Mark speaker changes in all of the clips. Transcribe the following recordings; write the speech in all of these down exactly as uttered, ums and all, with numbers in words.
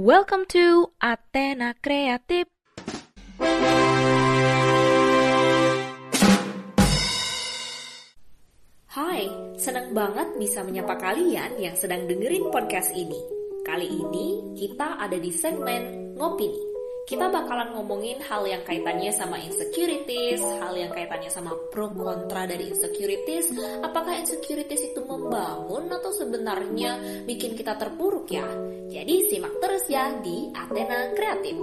Speaker 1: Welcome to Athena Kreatif.
Speaker 2: Hai, senang banget bisa menyapa kalian yang sedang dengerin podcast ini. Kali ini kita ada di segmen Ngopini. Kita bakalan ngomongin hal yang kaitannya sama insecurities, hal yang kaitannya sama pro kontra dari insecurities. Apakah insecurities itu membangun atau sebenarnya bikin kita terpuruk ya? Jadi simak terus ya di Athena Kreatif.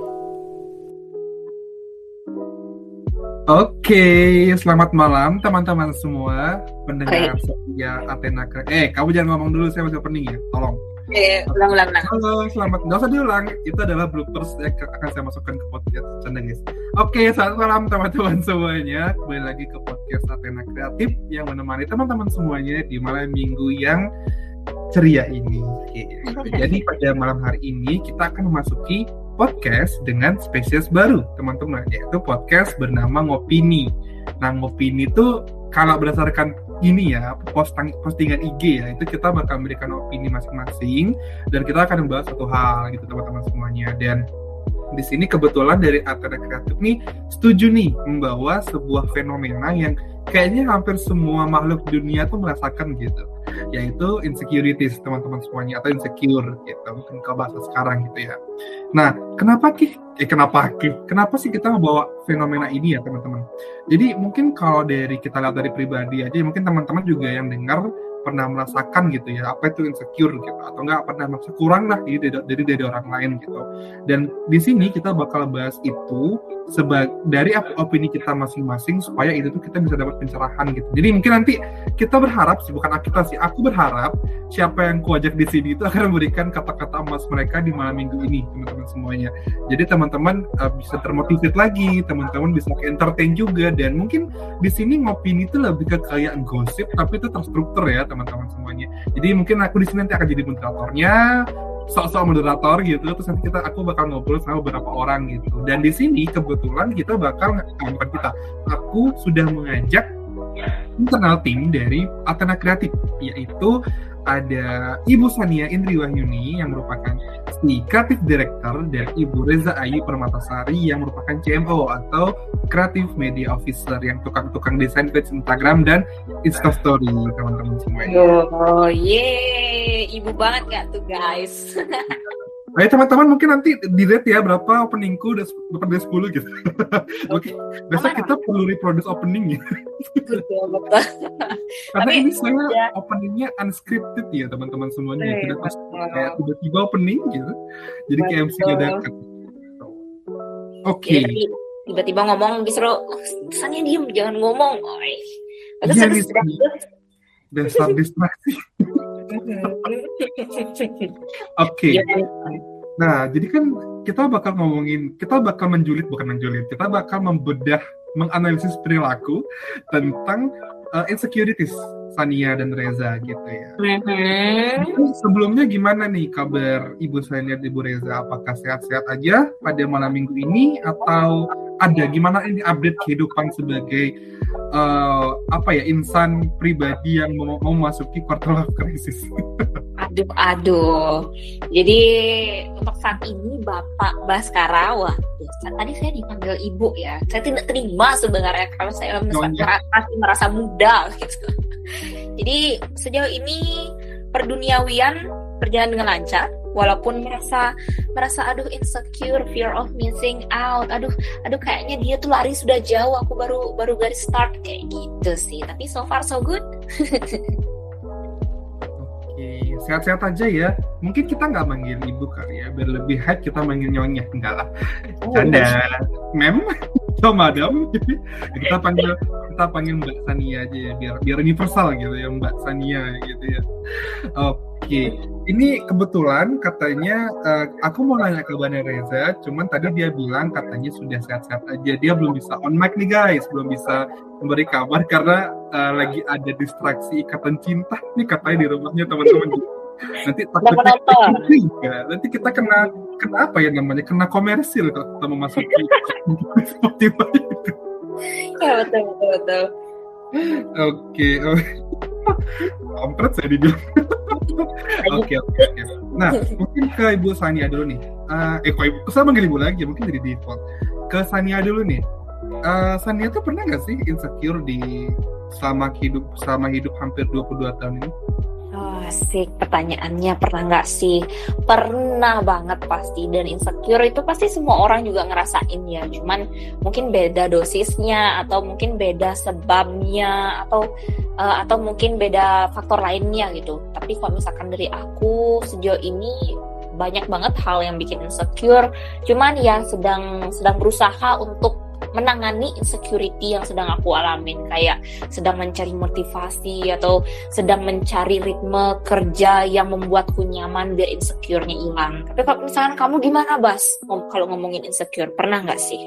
Speaker 3: Oke, selamat malam teman-teman semua pendengar setia Athena Kreatif. Eh, kamu jangan ngomong dulu, saya masih opening ya, tolong.
Speaker 2: Eh, ulang-ulang.
Speaker 3: Halo, selamat. Nggak usah diulang. Itu adalah bloopers yang akan saya masukkan ke podcast channel guys. Oke, selamat malam teman-teman semuanya. Kembali lagi ke podcast Athena Kreatif yang menemani teman-teman semuanya di malam minggu yang ceria ini. Oke. Jadi pada malam hari ini kita akan memasuki podcast dengan spesies baru, teman-teman, yaitu podcast bernama Ngopini. Nah, Ngopini itu kalau berdasarkan ini ya, posting, postingan I G ya, itu kita bakal memberikan opini masing-masing dan kita akan membahas satu hal gitu teman-teman semuanya. Dan di sini kebetulan dari Athena Kreatif nih setuju nih membawa sebuah fenomena yang kayaknya hampir semua makhluk dunia tuh merasakan gitu, yaitu insecurities teman-teman semuanya, atau insecure gitu, mungkin kalau bahasa sekarang gitu ya. Nah, kenapa Ki? Eh, kenapa Ki? Kenapa sih kita membawa fenomena ini ya teman-teman? Jadi mungkin kalau dari kita lihat dari pribadi aja, mungkin teman-teman juga yang dengar pernah merasakan gitu ya, apa itu insecure gitu, atau enggak pernah merasa kurang lah dari, dari dari orang lain gitu. Dan di sini kita bakal bahas itu sebagai dari opini kita masing-masing supaya itu tuh kita bisa dapat pencerahan gitu. Jadi mungkin nanti kita berharap sih, bukan kita sih, aku berharap siapa yang kuajak di sini itu akan memberikan kata-kata emas mereka di malam minggu ini teman-teman semuanya. Jadi teman-teman uh, bisa termotivate lagi, teman-teman bisa entertain juga, dan mungkin di sini ngopini itu lebih ke kayak gosip tapi itu terstruktur ya teman-teman semuanya. Jadi mungkin aku di sini nanti akan jadi moderatornya, sok-sok moderator gitu, terus nanti kita aku bakal ngobrol sama beberapa orang gitu. Dan di sini kebetulan kita bakal bukan kita, aku sudah mengajak internal tim dari Athena Kreatif, yaitu ada Ibu Sania Indri Wahyuni yang merupakan si Creative Director, dan Ibu Reza Ayu Permatasari yang merupakan C M O atau Creative Media Officer yang tukang-tukang desain page Instagram dan Instastory teman-teman semuanya.
Speaker 2: Oh ye, ibu banget gak tuh guys?
Speaker 3: Ayo teman-teman, mungkin nanti di-rate ya berapa openingku, udah berapa dari sepuluh gitu. Oke, besok kita perlu reproduce opening ya.
Speaker 2: Betul, betul.
Speaker 3: Karena
Speaker 2: Tapi,
Speaker 3: ini saya
Speaker 2: ya.
Speaker 3: openingnya unscripted ya teman-teman semuanya.
Speaker 2: Iya,
Speaker 3: Tidak pas
Speaker 2: betul.
Speaker 3: kayak tiba-tiba opening gitu. Jadi kayak M C
Speaker 2: Betul.
Speaker 3: dadakan. Oke.
Speaker 2: Jadi tiba-tiba ngomong disuruh, kesannya diem, jangan ngomong. Oi. Terus
Speaker 3: Iya
Speaker 2: terus
Speaker 3: nih, dasar distraksi. Oke.
Speaker 2: Iya.
Speaker 3: Nah, jadi kan kita bakal ngomongin, kita bakal menjulit, bukan menjulit, kita bakal membedah, menganalisis perilaku tentang uh, insecurities Sania dan Reza gitu ya.
Speaker 2: Mm-hmm.
Speaker 3: Sebelumnya gimana nih kabar Ibu Sania dan Ibu Reza? Apakah sehat-sehat aja pada malam minggu ini, atau ada gimana ini update kehidupan sebagai uh, apa ya, insan pribadi yang mau, mau memasuki quarter life crisis?
Speaker 2: Aduh, aduh. Jadi untuk saat ini Bapak Baskara, wah, tadi saya dipanggil Ibu ya. Saya tidak terima sebenarnya karena saya
Speaker 3: Nyonya.
Speaker 2: masih merasa muda gitu. Jadi sejauh ini perduniawian berjalan dengan lancar, walaupun merasa merasa aduh insecure, fear of missing out. Aduh, aduh kayaknya dia tuh lari sudah jauh, aku baru baru garis start kayak gitu sih. Tapi so far so good.
Speaker 3: Oke, sehat-sehat aja ya. Mungkin kita nggak manggil ibu kali ya, biar lebih hype kita manggil nyonya. Enggak lah, canda, mem, atau madam. kita panggil kita panggil Mbak Sania aja ya, biar biar universal gitu ya, Mbak Sania gitu ya. Oke, ini kebetulan katanya uh, aku mau nanya ke Bang Reza, cuman tadi dia bilang katanya sudah sehat-sehat aja. Dia belum bisa on mic nih guys, belum bisa memberi kabar karena uh, lagi ada distraksi ikatan cinta nih katanya di rumahnya teman-teman. Nanti takutnya juga, nanti kita kena kena apa ya namanya, kena komersil kalau kita memasuki Spotify itu.
Speaker 2: Ya betul betul betul.
Speaker 3: Oke, kampret saya dibilang. Oke oke oke. Nah, mungkin ke Ibu Sania dulu nih. Uh, eh, kok Ibu, saya manggil Ibu lagi, mungkin jadi default. Ke Sania dulu nih. Uh, Sania tuh pernah nggak sih insecure di selama hidup selama hidup hampir dua puluh dua tahun ini?
Speaker 2: Oh, asik pertanyaannya, pernah nggak sih? Pernah banget pasti, dan insecure itu pasti semua orang juga ngerasain ya, cuman mungkin beda dosisnya, atau mungkin beda sebabnya, atau uh, atau mungkin beda faktor lainnya gitu. Tapi kalau misalkan dari aku sejauh ini banyak banget hal yang bikin insecure, cuman ya sedang sedang berusaha untuk menangani insecurity yang sedang aku alamin, kayak sedang mencari motivasi atau sedang mencari ritme kerja yang membuatku nyaman biar insecure-nya hilang. Tapi kalau misalkan kamu gimana, Bas? Kalau ngomongin insecure, pernah nggak sih?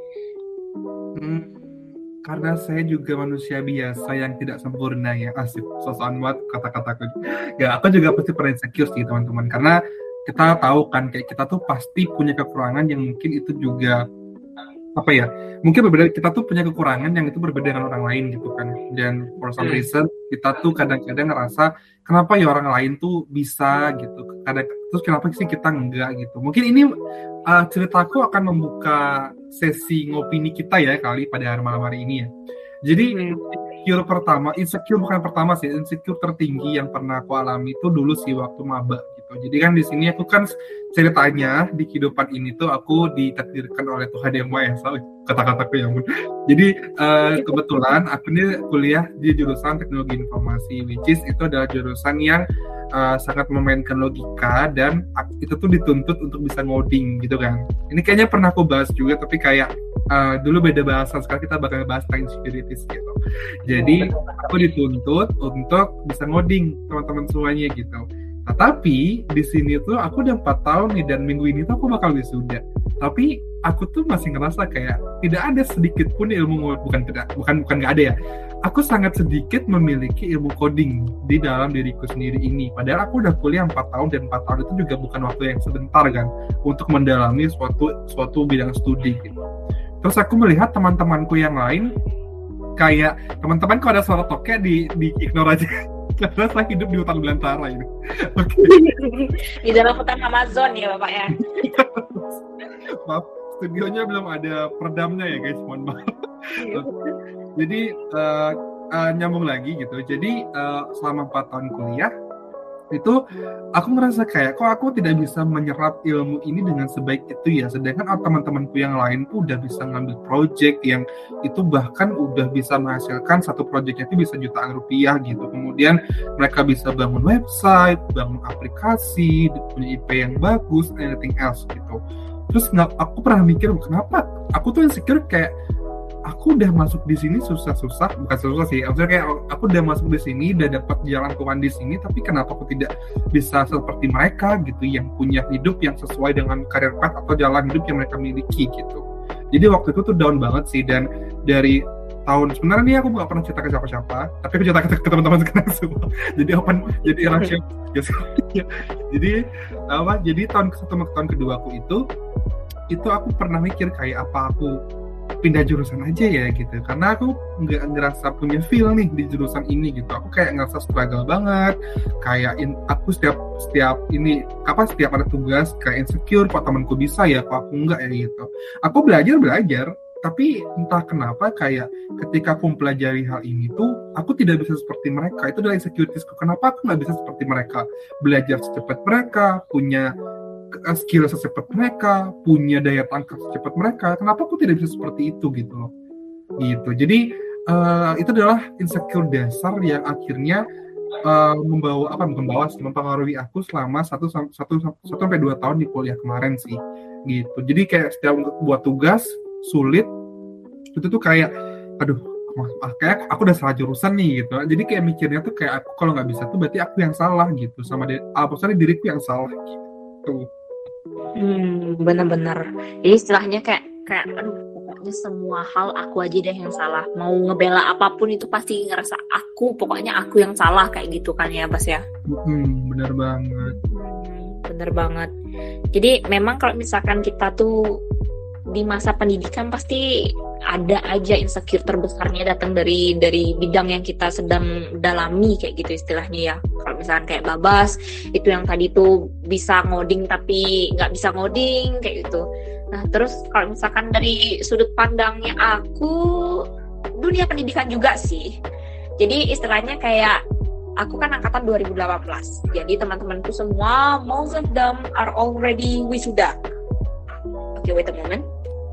Speaker 3: Hmm, karena saya juga manusia biasa yang tidak sempurna ya, asik, sosokan buat kata-kataku. Ya, aku juga pasti pernah insecure sih teman-teman, karena kita tahu kan kayak kita tuh pasti punya kekurangan yang mungkin itu juga apa ya, mungkin berbeda, kita tuh punya kekurangan yang itu berbeda dengan orang lain gitu kan, dan for some reason kita tuh kadang-kadang ngerasa kenapa ya orang lain tuh bisa gitu, kadang terus kenapa sih kita enggak gitu. Mungkin ini uh, ceritaku akan membuka sesi ngopini kita ya kali pada malam hari ini ya. Jadi insecure pertama, insecure bukan pertama sih, insecure tertinggi yang pernah aku alami itu dulu sih waktu maba gitu. Jadi kan di sini aku kan ceritanya di kehidupan ini tuh aku ditakdirkan oleh Tuhan Yang Maha Esa, kata-kataku yang benar. Jadi uh, kebetulan aku ini kuliah di jurusan teknologi informasi, which is itu adalah jurusan yang uh, sangat memainkan logika dan itu tuh dituntut untuk bisa ngoding gitu kan. Ini kayaknya pernah aku bahas juga, tapi kayak uh, dulu beda bahasa, sekarang kita bakal bahas tentang insecurities gitu. Jadi aku dituntut untuk bisa ngoding teman-teman semuanya gitu. Nah, tapi di sini tuh aku udah empat tahun nih, dan minggu ini tuh aku bakal wisuda. Tapi aku tuh masih ngerasa kayak tidak ada sedikit pun ilmu, bukan tidak, bukan bukan nggak ada ya. Aku sangat sedikit memiliki ilmu coding di dalam diriku sendiri ini. Padahal aku udah kuliah empat tahun, dan empat tahun itu juga bukan waktu yang sebentar kan untuk mendalami suatu suatu bidang studi gitu. Terus aku melihat teman-temanku yang lain, kayak teman-teman kok ada suara tokek di di ignore aja. Karena saya hidup di hutan belantara ini. Oke. Okay.
Speaker 2: Di dalam hutan Amazon ya Bapak ya.
Speaker 3: Maaf, studionya belum ada peredamnya ya guys, mohon maaf. Okay. Jadi uh, uh, nyambung lagi gitu. Jadi uh, selama empat tahun kuliah itu aku ngerasa kayak kok aku tidak bisa menyerap ilmu ini dengan sebaik itu ya, sedangkan teman-temanku yang lain tuh udah bisa ngambil project yang itu bahkan udah bisa menghasilkan satu projectnya itu bisa jutaan rupiah gitu. Kemudian mereka bisa bangun website, bangun aplikasi, punya I P yang bagus, anything else gitu. Terus nggak, aku pernah mikir kenapa aku tuh insecure, kayak aku udah masuk di sini susah-susah, bukan susah sih, maksudnya kayak aku udah masuk di sini, udah dapat jalan Tuhan di sini, tapi kenapa aku tidak bisa seperti mereka gitu, yang punya hidup yang sesuai dengan karir path atau jalan hidup yang mereka miliki gitu. Jadi waktu itu tuh down banget sih, dan dari tahun sebenarnya nih aku nggak pernah cerita ke siapa-siapa, tapi aku cerita ke teman-teman sekarang semua. Jadi open, jadi rahasia. Jadi apa? Jadi tahun ke satu tahun kedua aku itu, itu aku pernah mikir kayak apa aku pindah jurusan aja ya gitu, karena aku nggak ngerasa punya feel nih di jurusan ini gitu. Aku kayak ngerasa struggle banget, kayak in, aku setiap setiap ini apa setiap ada tugas kayak insecure, kok temanku bisa ya, kok aku nggak ya gitu. Aku belajar belajar tapi entah kenapa kayak ketika aku mempelajari hal ini tuh aku tidak bisa seperti mereka. Itu adalah insecuritiesku, kenapa aku nggak bisa seperti mereka, belajar secepat mereka, punya skill secepat mereka, punya daya tangkap secepat mereka, kenapa aku tidak bisa seperti itu gitu loh gitu. Jadi uh, itu adalah insecure dasar yang akhirnya uh, membawa apa membawa mempengaruhi aku selama satu satu satu sampai dua tahun di kuliah kemarin sih gitu. Jadi kayak setiap buat tugas sulit itu tuh kayak aduh kayak aku udah salah jurusan nih gitu. Jadi kayak mikirnya tuh kayak aku kalau nggak bisa tuh berarti aku yang salah gitu, sama di, apa uh, diriku yang salah gitu.
Speaker 2: Hmm, benar-benar. Jadi istilahnya kayak kayak aduh, pokoknya semua hal aku aja deh yang salah. Mau ngebela apapun itu pasti ngerasa aku, pokoknya aku yang salah kayak gitu kan ya, Bas ya.
Speaker 3: Hmm, benar banget.
Speaker 2: Hmm, benar banget. Jadi memang kalau misalkan kita tuh di masa pendidikan pasti ada aja insecure terbesarnya datang dari dari bidang yang kita sedang dalami kayak gitu istilahnya ya. Kalau
Speaker 4: Kalau misalkan kayak Babas itu yang tadi tuh bisa ngoding tapi nggak bisa ngoding kayak gitu. Nah terus kalau misalkan dari sudut pandangnya aku, dunia pendidikan juga sih. Jadi istilahnya kayak aku kan angkatan dua ribu delapan belas. Jadi teman-temanku semua, most of them are already wisuda. Oke, okay, wait a moment.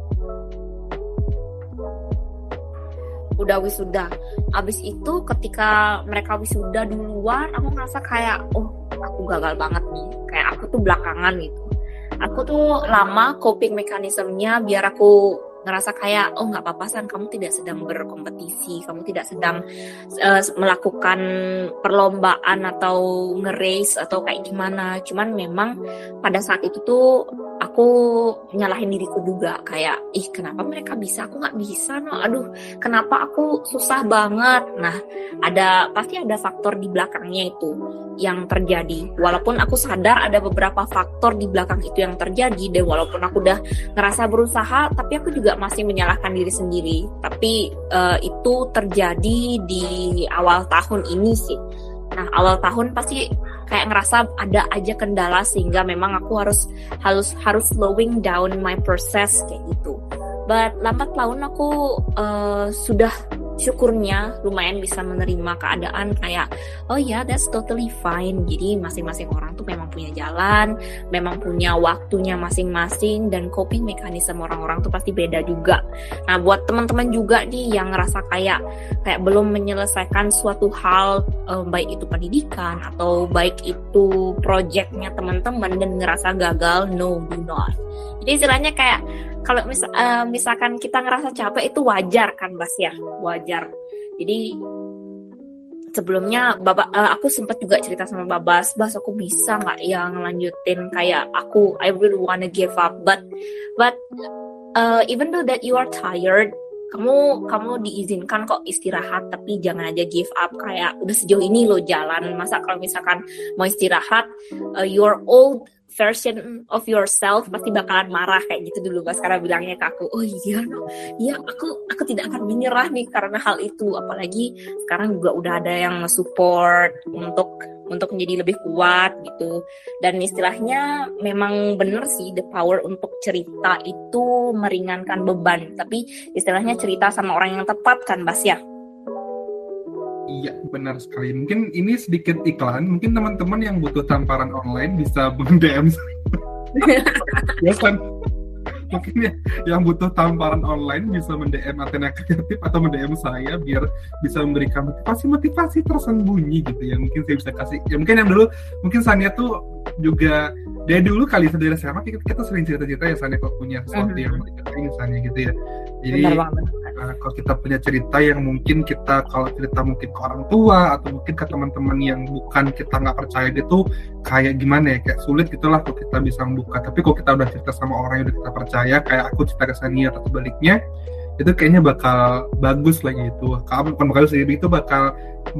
Speaker 4: Udah wisuda. Abis itu ketika mereka wisuda duluan, aku ngerasa kayak, oh aku gagal banget nih. Kayak aku tuh belakangan gitu. Aku tuh lama coping mekanismenya biar aku ngerasa kayak, oh nggak apa-apa San, kamu tidak sedang berkompetisi, kamu tidak sedang uh, melakukan perlombaan atau nge-race atau kayak gimana. Cuman memang pada saat itu tuh aku nyalahin diriku juga, kayak ih kenapa mereka bisa, aku nggak bisa, no aduh kenapa aku susah banget. Nah ada pasti ada faktor di belakangnya itu yang terjadi, walaupun aku sadar ada beberapa faktor di belakang itu yang terjadi, dan walaupun aku udah ngerasa berusaha, tapi aku juga masih menyalahkan diri sendiri. Tapi uh, itu terjadi di awal tahun ini sih. Nah awal tahun pasti kayak ngerasa ada aja kendala, sehingga memang aku harus harus harus slowing down my process kayak gitu. But lambat laun aku uh, sudah syukurnya lumayan bisa menerima keadaan kayak oh ya yeah, that's totally fine. Jadi masing-masing orang tuh memang punya jalan, memang punya waktunya masing-masing, dan coping mekanisme orang-orang tuh pasti beda juga. Nah buat teman-teman juga nih yang ngerasa kayak kayak belum menyelesaikan suatu hal, um, baik itu pendidikan atau baik itu projectnya teman-teman dan ngerasa gagal, no do not. Jadi istilahnya kayak kalau mis- uh, misalkan kita ngerasa capek itu wajar kan Bas ya, wajar. Jadi sebelumnya Baba, uh, aku sempat juga cerita sama Babas, Bas aku bisa nggak yang lanjutin kayak aku, I really wanna give up, but but uh, even though that you are tired, kamu kamu diizinkan kok istirahat, tapi jangan aja give up. Kayak udah sejauh ini lo jalan, masa kalau misalkan mau istirahat, uh, your old version of yourself pasti bakalan marah kayak gitu dulu Bas, karena bilangnya ke aku, oh iya no, iya aku aku tidak akan menyerah nih karena hal itu. Apalagi sekarang juga udah ada yang support untuk untuk menjadi lebih kuat gitu. Dan istilahnya memang bener sih, the power untuk cerita itu meringankan beban, tapi istilahnya cerita sama orang yang tepat kan Bas ya.
Speaker 3: Iya, benar sekali. Mungkin ini sedikit iklan. Mungkin teman-teman yang butuh tamparan online bisa meng-D M saya. Ya kan? Mungkin ya, yang butuh tamparan online bisa meng-D M Athena Kreatif atau meng-D M saya biar bisa memberikan motivasi-motivasi tersembunyi gitu ya. Mungkin saya bisa kasih. Ya mungkin yang dulu, mungkin Sania tuh juga dari dulu kali dari S M A kita, kita sering cerita-cerita ya Sania kalau punya sesuatu mm-hmm. yang diceritain Sania gitu ya. Jadi uh, kalau kita punya cerita yang mungkin kita kalau cerita mungkin ke orang tua atau mungkin ke teman-teman yang bukan kita nggak percaya gitu, kayak gimana ya, kayak sulit gitulah kalau kita bisa membuka. Tapi kalau kita udah cerita sama orang yang udah kita percaya, kayak aku cerita ke Sania atau sebaliknya, itu kayaknya bakal bagus lah gitu. Kalau bukan bakal sendiri itu bakal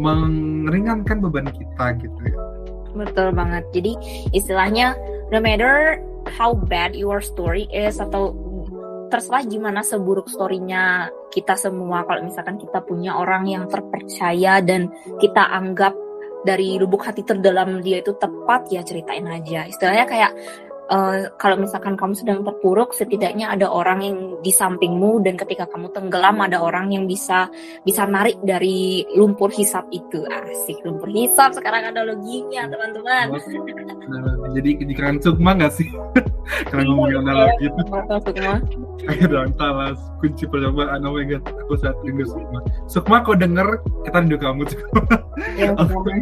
Speaker 3: meringankan beban kita gitu ya.
Speaker 4: Betul banget. Jadi istilahnya no matter how bad your story is, atau terserah gimana seburuk story-nya kita semua, kalau misalkan kita punya orang yang terpercaya dan kita anggap dari lubuk hati terdalam dia itu tepat, ya ceritain aja. Istilahnya kayak Uh, kalau misalkan kamu sedang terpuruk, setidaknya ada orang yang di sampingmu, dan ketika kamu tenggelam ada orang yang bisa bisa narik dari lumpur hisap itu. Asik, lumpur hisap sekarang ada loginya teman-teman.
Speaker 3: Nah, jadi dikirain Sukma nggak sih? Karena ngomongin analogi itu.
Speaker 4: Sukma.
Speaker 3: Ayo dong, salah kunci percobaan. Oh my god, aku saat rindu Sukma. Sukma kau denger, kita rindu kamu Sukma.
Speaker 4: Ya,
Speaker 3: Oke.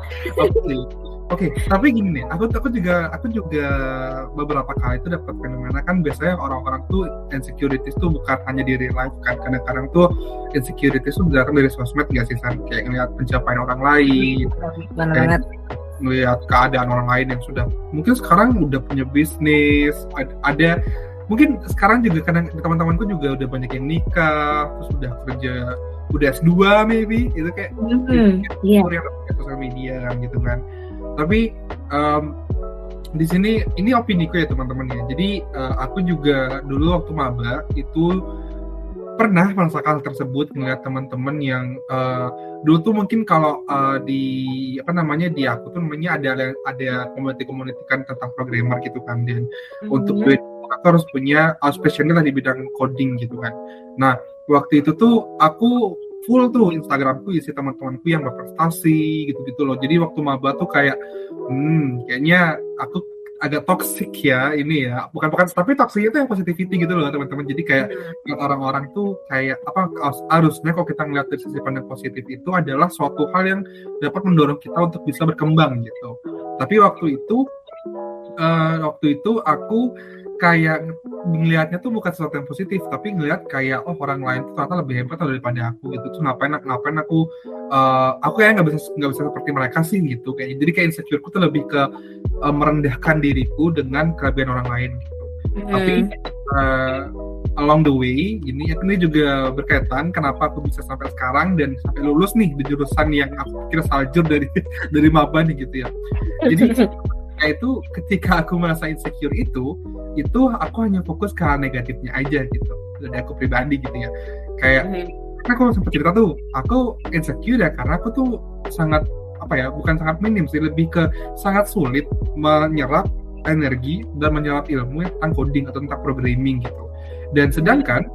Speaker 3: Oke. Oke, okay, tapi gini nih, aku aku juga aku juga beberapa kali itu dapat fenomena kan, biasanya orang-orang tuh insecurities tuh bukan hanya di real life kan, kadang-kadang tuh insecurities tuh datang dari sosmed nggak sih San? Kayak ngeliat pencapaian orang lain,
Speaker 4: banget,
Speaker 3: ngeliat keadaan orang lain yang sudah mungkin sekarang udah punya bisnis, ada, ada mungkin sekarang juga kadang teman-temanku juga udah banyak yang nikah, terus udah kerja, udah S dua maybe, itu kayak
Speaker 4: mm-hmm. yeah.
Speaker 3: yang sosial media kan gitu kan. Tapi um, di sini ini opini ku ya teman-teman ya. Jadi uh, aku juga dulu waktu maba itu pernah merasakan hal tersebut, ngeliat teman-teman yang uh, dulu tuh mungkin kalau uh, di apa namanya di aku tuh namanya ada ada community-community kan tentang programmer gitu kan, dan mm-hmm. untuk itu aku harus punya uh, spesialnya di bidang coding gitu kan. Nah waktu itu tuh aku full tuh Instagramku isi teman-temanku yang berprestasi gitu-gitu loh. Jadi waktu maba tuh kayak hmm kayaknya aku agak toxic ya ini ya, bukan bukan tapi toxic itu yang positivity gitu loh teman-teman. Jadi kayak hmm. orang-orang tuh kayak apa harusnya kalau kita ngeliat dari sisi pandang positif itu adalah suatu hal yang dapat mendorong kita untuk bisa berkembang gitu. Tapi waktu itu uh, waktu itu aku kayak ngelihatnya tuh bukan sesuatu yang positif, tapi ngelihat kayak oh orang lain tuh ternyata lebih hebat daripada aku gitu. Terus ngapain ngapain aku uh, aku kayak nggak bisa nggak bisa seperti mereka sih gitu kayak. Jadi kayak insecureku tuh lebih ke uh, merendahkan diriku dengan kelebihan orang lain gitu. Mm. Tapi uh, along the way ini ini juga berkaitan kenapa aku bisa sampai sekarang dan sampai lulus nih di jurusan yang aku kira salju dari dari maba nih gitu ya. Jadi itu ketika aku merasa insecure itu itu aku hanya fokus ke hal negatifnya aja gitu dari aku pribadi gitu ya. Kayak mm-hmm. aku sempat cerita tuh aku insecure ya karena aku tuh sangat apa ya bukan sangat minim sih, lebih ke sangat sulit menyerap energi dan menyerap ilmu tentang coding atau tentang programming gitu. Dan sedangkan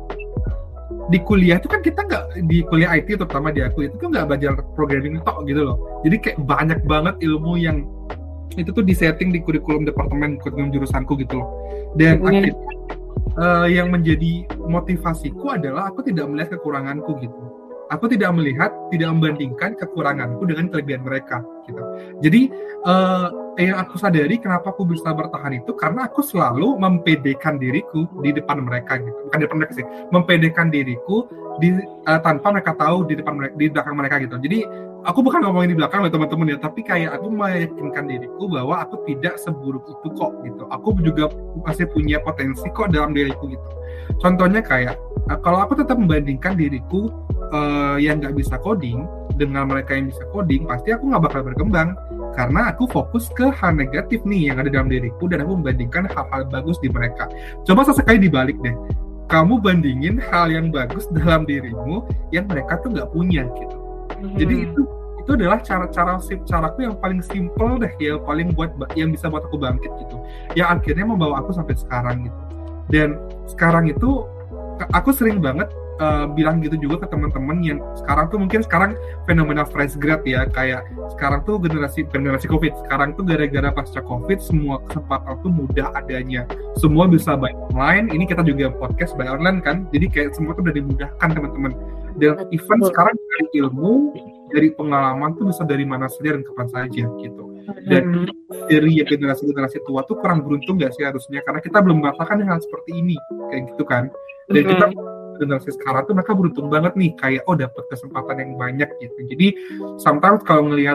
Speaker 3: di kuliah itu kan kita nggak, di kuliah I T terutama di aku itu tuh nggak belajar programming tok gitu loh. Jadi kayak banyak banget ilmu yang itu tuh disetting di kurikulum departemen kurikulum jurusanku gitu loh. Dan mm-hmm. akhirnya uh, yang menjadi motivasiku adalah aku tidak melihat kekuranganku gitu. Aku tidak melihat, tidak membandingkan kekuranganku dengan kelebihan mereka gitu. Jadi uh, yang aku sadari kenapa aku bisa bertahan itu karena aku selalu mempedekan diriku di depan mereka gitu. Bukan di depan mereka sih, mempedekan diriku di uh, tanpa mereka tahu di depan mereka, di belakang mereka gitu. Jadi aku bukan ngomongin di belakang loh teman-teman ya, tapi kayak aku meyakinkan diriku bahwa aku tidak seburuk itu kok gitu. Aku juga masih punya potensi kok dalam diriku gitu. Contohnya kayak kalau aku tetap membandingkan diriku uh, yang nggak bisa coding dengan mereka yang bisa coding, pasti aku nggak bakal berkembang karena aku fokus ke hal negatif nih yang ada dalam diriku dan aku membandingkan hal-hal bagus di mereka. Coba sesekali dibalik deh, kamu bandingin hal yang bagus dalam dirimu yang mereka tuh nggak punya gitu. Hmm. Jadi itu itu adalah cara-cara caraku yang paling simple deh, yang paling buat yang bisa buat aku bangkit gitu, yang akhirnya membawa aku sampai sekarang gitu. Dan sekarang itu aku sering banget uh, bilang gitu juga ke teman-teman yang sekarang tuh mungkin sekarang fenomena fresh grad ya, kayak sekarang tuh generasi generasi covid, sekarang tuh gara-gara pasca covid semua kesempatan tuh mudah adanya, semua bisa by online. Ini kita juga podcast by online kan, jadi kayak semua tuh udah dimudahkan teman-teman. Dan event sekarang dari ilmu, dari pengalaman tuh bisa dari mana saja dan kapan saja gitu. Dan dari generasi-generasi tua tuh kurang beruntung gak sih harusnya, karena kita belum merasakan hal seperti ini kayak gitu kan. Dan kita generasi sekarang tuh mereka beruntung banget nih, kayak oh dapat kesempatan yang banyak gitu. Jadi sometimes kalau ngelihat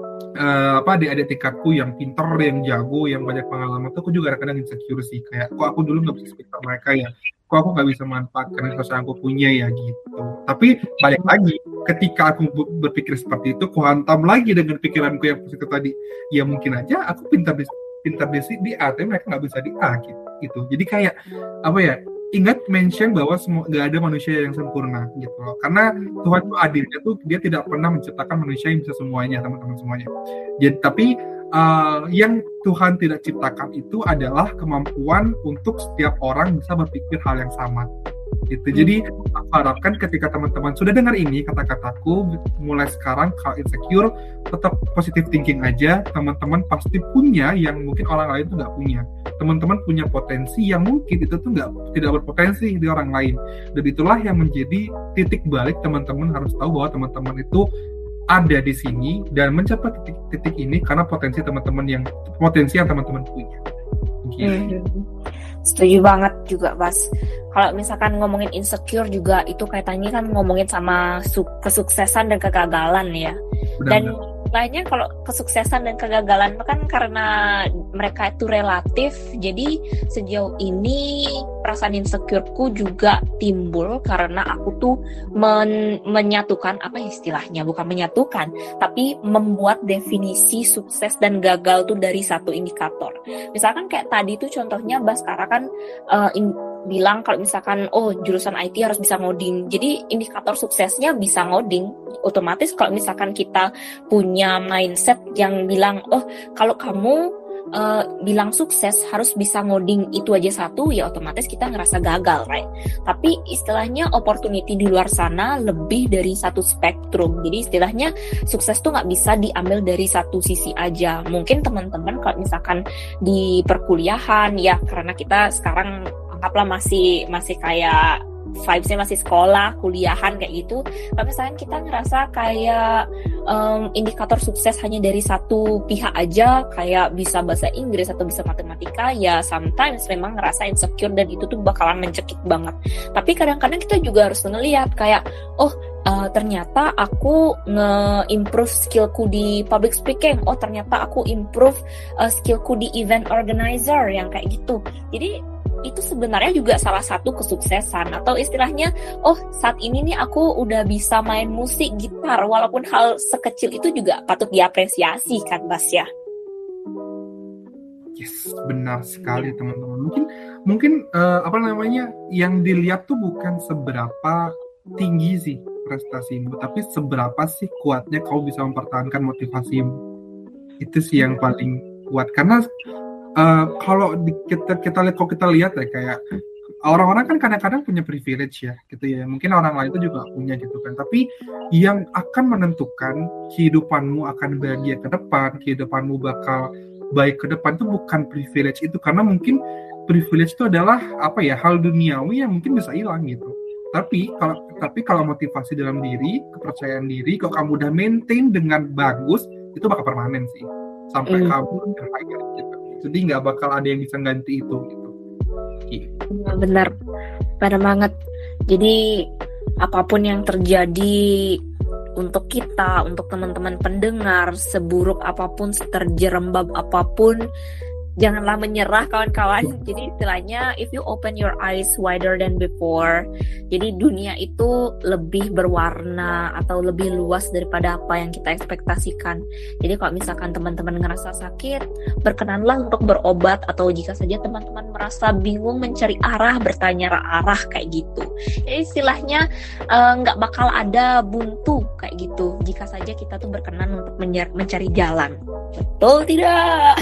Speaker 3: uh, apa adik-adik tingkatku yang pintar, yang jago, yang banyak pengalaman tuh aku juga kadang-kadang insecure sih, kayak kok aku dulu nggak bisa seperti mereka ya, kok aku nggak bisa manfaatkan yang yang aku punya ya gitu. Tapi balik lagi, ketika aku berpikir seperti itu, aku hantam lagi dengan pikiranku yang positif tadi, ya mungkin aja aku pintar di pintar di, di A, tapi mereka nggak bisa di A gitu. Jadi kayak apa ya? Ingat mention bahwa semua nggak ada manusia yang sempurna gitu loh. Karena Tuhan itu adilnya tuh dia tidak pernah menciptakan manusia yang bisa semuanya, teman-teman semuanya. Jadi tapi uh, yang Tuhan tidak ciptakan itu adalah kemampuan untuk setiap orang bisa berpikir hal yang sama. Gitu. Jadi aku harapkan ketika teman-teman sudah dengar ini kata-kataku, mulai sekarang kalau insecure tetap positive thinking aja. Teman-teman pasti punya yang mungkin orang lain tuh nggak punya. Teman-teman punya potensi yang mungkin itu tuh nggak tidak berpotensi di orang lain. Dan itulah yang menjadi titik balik teman-teman harus tahu bahwa teman-teman itu ada di sini dan mencapai titik-titik ini karena potensi teman-teman yang potensi yang teman-teman punya. Gitu.
Speaker 4: Hmm. Setuju banget juga, Bas. Kalau misalkan ngomongin insecure juga itu kaitannya kan ngomongin sama su- kesuksesan dan kegagalan ya.
Speaker 3: Benar,
Speaker 4: dan
Speaker 3: benar.
Speaker 4: lainnya kalau kesuksesan dan kegagalan kan karena mereka itu relatif. Jadi sejauh ini perasaan insecureku juga timbul karena aku tuh men- menyatukan apa istilahnya, bukan menyatukan, tapi membuat definisi sukses dan gagal tuh dari satu indikator. Misalkan kayak tadi tuh contohnya Baskara kan uh, in- bilang kalau misalkan oh jurusan I T harus bisa ngoding. Jadi indikator suksesnya bisa ngoding. Otomatis kalau misalkan kita punya mindset yang bilang oh kalau kamu uh, bilang sukses harus bisa ngoding itu aja satu, ya otomatis kita ngerasa gagal, right? Tapi istilahnya opportunity di luar sana lebih dari satu spektrum. Jadi istilahnya sukses tuh nggak bisa diambil dari satu sisi aja. Mungkin teman-teman kalau misalkan di perkuliahan ya, karena kita sekarang anggaplah masih masih kayak vibes-nya masih sekolah, kuliahan kayak gitu. Kalau misalkan kita ngerasa kayak um, indikator sukses hanya dari satu pihak aja, kayak bisa bahasa Inggris atau bisa matematika, ya sometimes memang ngerasa insecure dan itu tuh bakalan mencekik banget. Tapi kadang-kadang kita juga harus ngelihat kayak, oh uh, ternyata aku nge-improve skillku di public speaking, oh ternyata aku improve uh, skillku di event organizer, yang kayak gitu. Jadi itu sebenarnya juga salah satu kesuksesan, atau istilahnya oh saat ini nih aku udah bisa main musik gitar, walaupun hal sekecil itu juga patut diapresiasi kan Bas ya.
Speaker 3: Yes, benar sekali teman-teman. Mungkin mungkin uh, apa namanya yang dilihat tuh bukan seberapa tinggi sih prestasimu, tapi seberapa sih kuatnya kau bisa mempertahankan motivasimu. Itu sih yang paling kuat, karena Uh, kalau di, kita kita lihat kalau kita lihat ya kayak orang-orang kan kadang-kadang punya privilege ya gitu ya, mungkin orang lain itu juga punya gitu kan, tapi yang akan menentukan kehidupanmu akan bahagia ke depan, kehidupanmu bakal baik ke depan itu bukan privilege itu, karena mungkin privilege itu adalah apa ya, hal duniawi yang mungkin bisa hilang gitu. Tapi kalau tapi kalau motivasi dalam diri, kepercayaan diri, kalau kamu udah maintain dengan bagus, itu bakal permanen sih sampai mm. kamu terakhir gitu. Jadi nggak bakal ada yang bisa ganti itu gitu. gitu.
Speaker 4: Benar, benar banget. Jadi apapun yang terjadi untuk kita, untuk teman-teman pendengar, seburuk apapun, seterjerembab apapun, janganlah menyerah kawan-kawan. Jadi istilahnya if you open your eyes wider than before, jadi dunia itu lebih berwarna atau lebih luas daripada apa yang kita ekspektasikan. Jadi kalau misalkan teman-teman ngerasa sakit, berkenanlah untuk berobat, atau jika saja teman-teman merasa bingung mencari arah, bertanya arah kayak gitu. Jadi istilahnya nggak uh, bakal ada buntu kayak gitu jika saja kita tuh berkenan untuk menyer- mencari jalan. Betul tidak?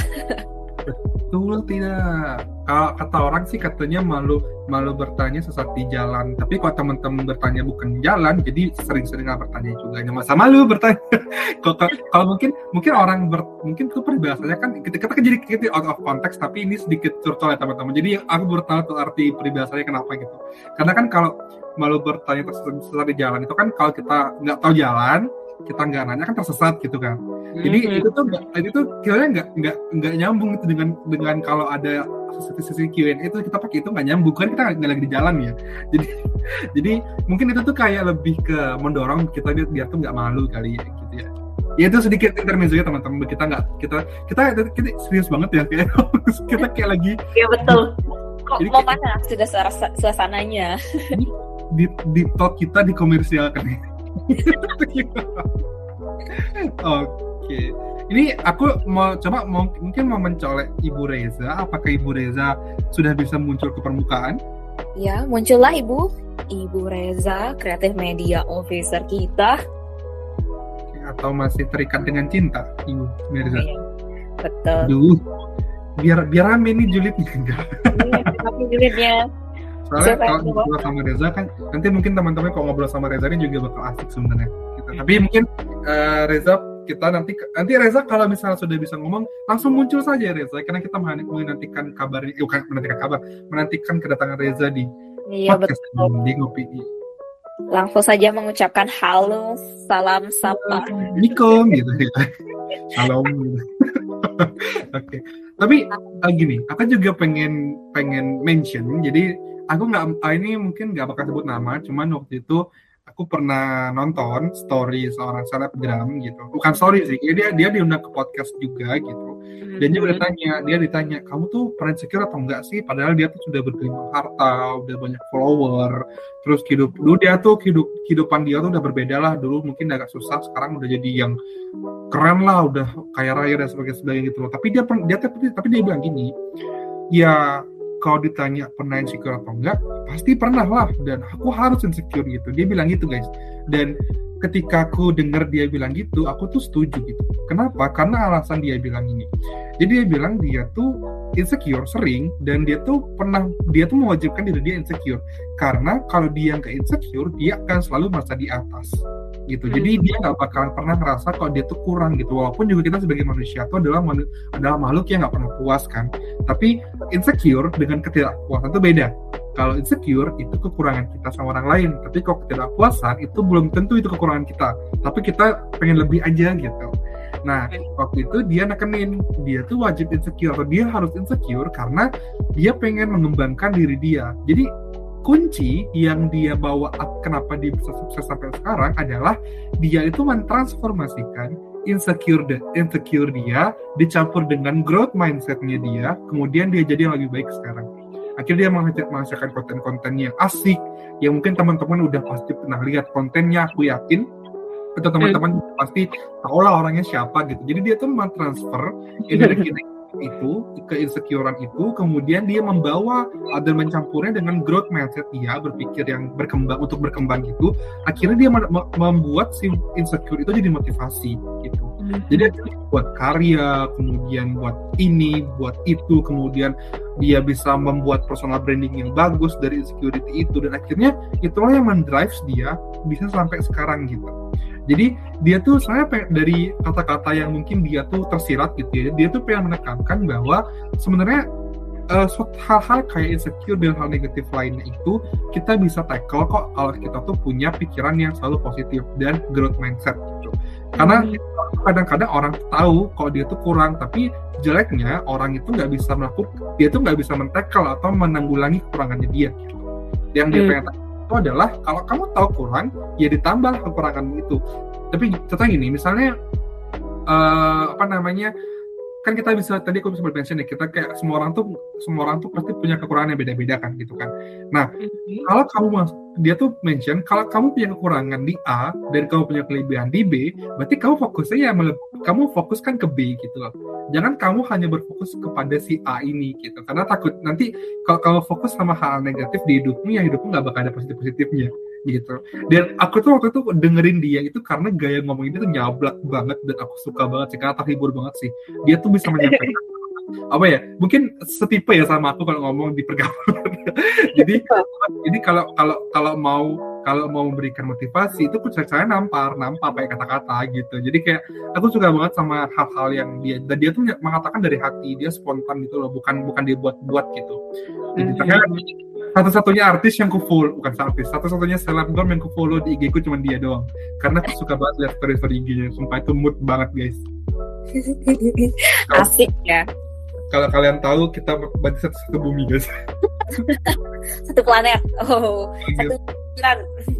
Speaker 3: Betul tidak? Kalau kata orang sih katanya malu malu bertanya sesat di jalan. Tapi kalau teman-teman bertanya bukan di jalan, jadi sering-sering nggak bertanya juga. Hanya masa malu bertanya. Kalau mungkin mungkin orang ber, mungkin itu peribahasanya kan kita kita kan jadi kita out of context, tapi ini sedikit curcol ya teman-teman. Jadi aku baru tahu tuh arti peribahasanya kenapa gitu. Karena kan kalau malu bertanya sesat di jalan itu kan kalau kita nggak tahu jalan, kita nggak nanya kan tersesat gitu kan. Jadi mm-hmm. itu tuh nggak, itu tuh kayaknya nggak nggak nggak nyambung itu dengan dengan kalau ada sesi-sesi Q and A itu kita pakai itu nggak nyambung kan, kita nggak lagi di jalan ya. Jadi jadi mungkin itu tuh kayak lebih ke mendorong kita biar, biar tuh nggak malu kali ya gitu ya. Ya itu sedikit intermezzo ya teman-teman, kita nggak kita kita kita serius banget ya kayak kita kayak lagi.
Speaker 4: Iya betul. Kok
Speaker 3: jadi
Speaker 4: mau mana sudah suasananya?
Speaker 3: Di di talk kita dikomersialkan. Oke. Oke, ini aku mau coba mau, mungkin mau mencolek Ibu Reza. Apakah Ibu Reza sudah bisa muncul ke permukaan?
Speaker 4: Ya, muncullah Ibu. Ibu Reza, Creative Media Officer kita.
Speaker 3: Atau masih terikat dengan cinta, Ibu Reza?
Speaker 4: Oke, betul.
Speaker 3: Duh, biar biar rame nih julidnya enggak?
Speaker 4: Iya, tapi julidnya.
Speaker 3: Soalnya so, kalau ngobrol sama Reza kan, nanti mungkin teman-teman kalau ngobrol sama Reza ini juga bakal asik sebenarnya. Gitu. Hmm. Tapi mungkin uh, Reza kita nanti nanti Reza kalau misalnya sudah bisa ngomong langsung muncul saja Reza, karena kita menantikan kabar, eh, bukan menantikan kabar, menantikan kedatangan Reza di
Speaker 4: iya,
Speaker 3: podcast
Speaker 4: betul.
Speaker 3: di Ngopi.
Speaker 4: Langsung saja mengucapkan halo, salam sapa,
Speaker 3: Assalamualaikum gitu ya. Shalom gitu. Oke, okay. Tapi uh, gini, aku juga pengen pengen mention, jadi aku nggak, ini mungkin nggak bakal sebut nama, cuman waktu itu aku pernah nonton story seorang selebgram gitu, bukan story sih, dia dia diundang ke podcast juga gitu, dan dia udah tanya, dia ditanya kamu tuh pernah insecure atau enggak sih, padahal dia tuh sudah bergelimang harta, udah banyak follower, terus hidup dulu dia tuh hidup kehidupan dia tuh udah berbeda lah, dulu mungkin agak susah, sekarang udah jadi yang keren lah, udah kaya raya dan sebagainya sebagainya gitu loh. Tapi dia dia tapi, tapi dia bilang gini, ya kalau ditanya pernah insecure atau enggak, pasti pernah lah, dan aku harus insecure gitu. Dia bilang gitu guys. Dan ketika aku dengar dia bilang gitu, aku tuh setuju gitu. Kenapa? Karena alasan dia bilang ini. Jadi dia bilang dia tuh insecure sering, dan dia tuh pernah, dia tuh mewajibkan diri dia insecure. Karena kalau dia nggak insecure, dia akan selalu merasa di atas gitu. Hmm. Jadi dia nggak bakalan pernah ngerasa kalau dia tuh kurang gitu. Walaupun juga kita sebagai manusia itu adalah manu- adalah makhluk yang nggak pernah puas kan. Tapi insecure dengan ketidakpuasan itu beda. Kalau insecure itu kekurangan kita sama orang lain, tapi kalau ketidakpuasan itu belum tentu itu kekurangan kita. Tapi kita pengen lebih aja gitu. Nah, waktu itu dia nekenin, dia tuh wajib insecure atau dia harus insecure karena dia pengen mengembangkan diri dia. Jadi kunci yang dia bawa kenapa dia bisa sukses sampai sekarang adalah dia itu mentransformasikan insecure de, insecure dia dicampur dengan growth mindset-nya dia, kemudian dia jadi yang lebih baik sekarang. Akhirnya dia menghasilkan konten-konten yang asik, yang mungkin teman-teman udah pasti pernah lihat kontennya, aku yakin, atau teman-teman hmm. pasti tahu lah orangnya siapa gitu. Jadi dia tuh mentransfer energi itu ke insecurean itu, kemudian dia membawa dan mencampurnya dengan growth mindset dia, berpikir yang berkembang untuk berkembang gitu. Akhirnya dia mem- membuat si insecure itu jadi motivasi gitu. Hmm. Jadi buat karya, kemudian buat ini, buat itu, kemudian dia bisa membuat personal branding yang bagus dari insecurity itu, dan akhirnya itulah yang mendrive dia bisa sampai sekarang gitu. Jadi dia tuh saya pengen, dari kata-kata yang mungkin dia tuh tersirat gitu ya, dia tuh pengen menekankan bahwa sebenarnya uh, hal-hal kayak insecure dan hal negatif lainnya itu kita bisa tackle kok kalau kita tuh punya pikiran yang selalu positif dan growth mindset gitu. Karena hmm. kadang-kadang orang tahu kalau dia tuh kurang, tapi jeleknya orang itu nggak bisa melakukan, dia tuh nggak bisa men-tackle atau menanggulangi kekurangannya dia gitu. Yang dia hmm. pengen itu adalah kalau kamu tahu kurang, ya ditambah kekuranganmu itu. Tapi contoh gini, misalnya uh, apa namanya, kan kita bisa, tadi aku bisa berpensiun ya, kita kayak semua orang tuh semua orang tuh pasti punya kekurangan yang beda-beda kan gitu kan. Nah, mm-hmm. kalau kamu dia tuh mention kalau kamu punya kekurangan di A dan kamu punya kelebihan di B, berarti kamu fokusnya ya meleb- kamu fokuskan ke B gitu loh. Jangan kamu hanya berfokus kepada si A ini gitu, karena takut nanti kalau kamu fokus sama hal negatif di hidupmu, ya hidupmu nggak bakal ada positif-positifnya gitu. Dan aku tuh waktu itu dengerin dia itu karena gaya ngomongnya itu nyablak banget, dan aku suka banget sih, karena terhibur banget sih. Dia tuh bisa menyampaikan apa ya, mungkin setipe ya sama aku kalau ngomong di pergaulan. jadi jadi kalau kalau kalau mau kalau mau memberikan motivasi itu saya nampar nampar pakai kata-kata gitu. Jadi kayak aku suka banget sama hal-hal yang dia, dan dia tuh mengatakan dari hati, dia spontan gitu loh, bukan bukan dia buat-buat gitu. Jadi mm-hmm. satu-satunya artis yang ku follow, bukan artis, satu-satunya selebgram yang ku follow di I G ku cuma dia doang. Karena aku suka banget lihat story-story I G-nya, sumpah itu mood banget guys.
Speaker 4: Asik ya.
Speaker 3: Kalau kalian tahu, kita berarti satu, satu bumi guys.
Speaker 4: Satu planet. Oh, satu pikiran.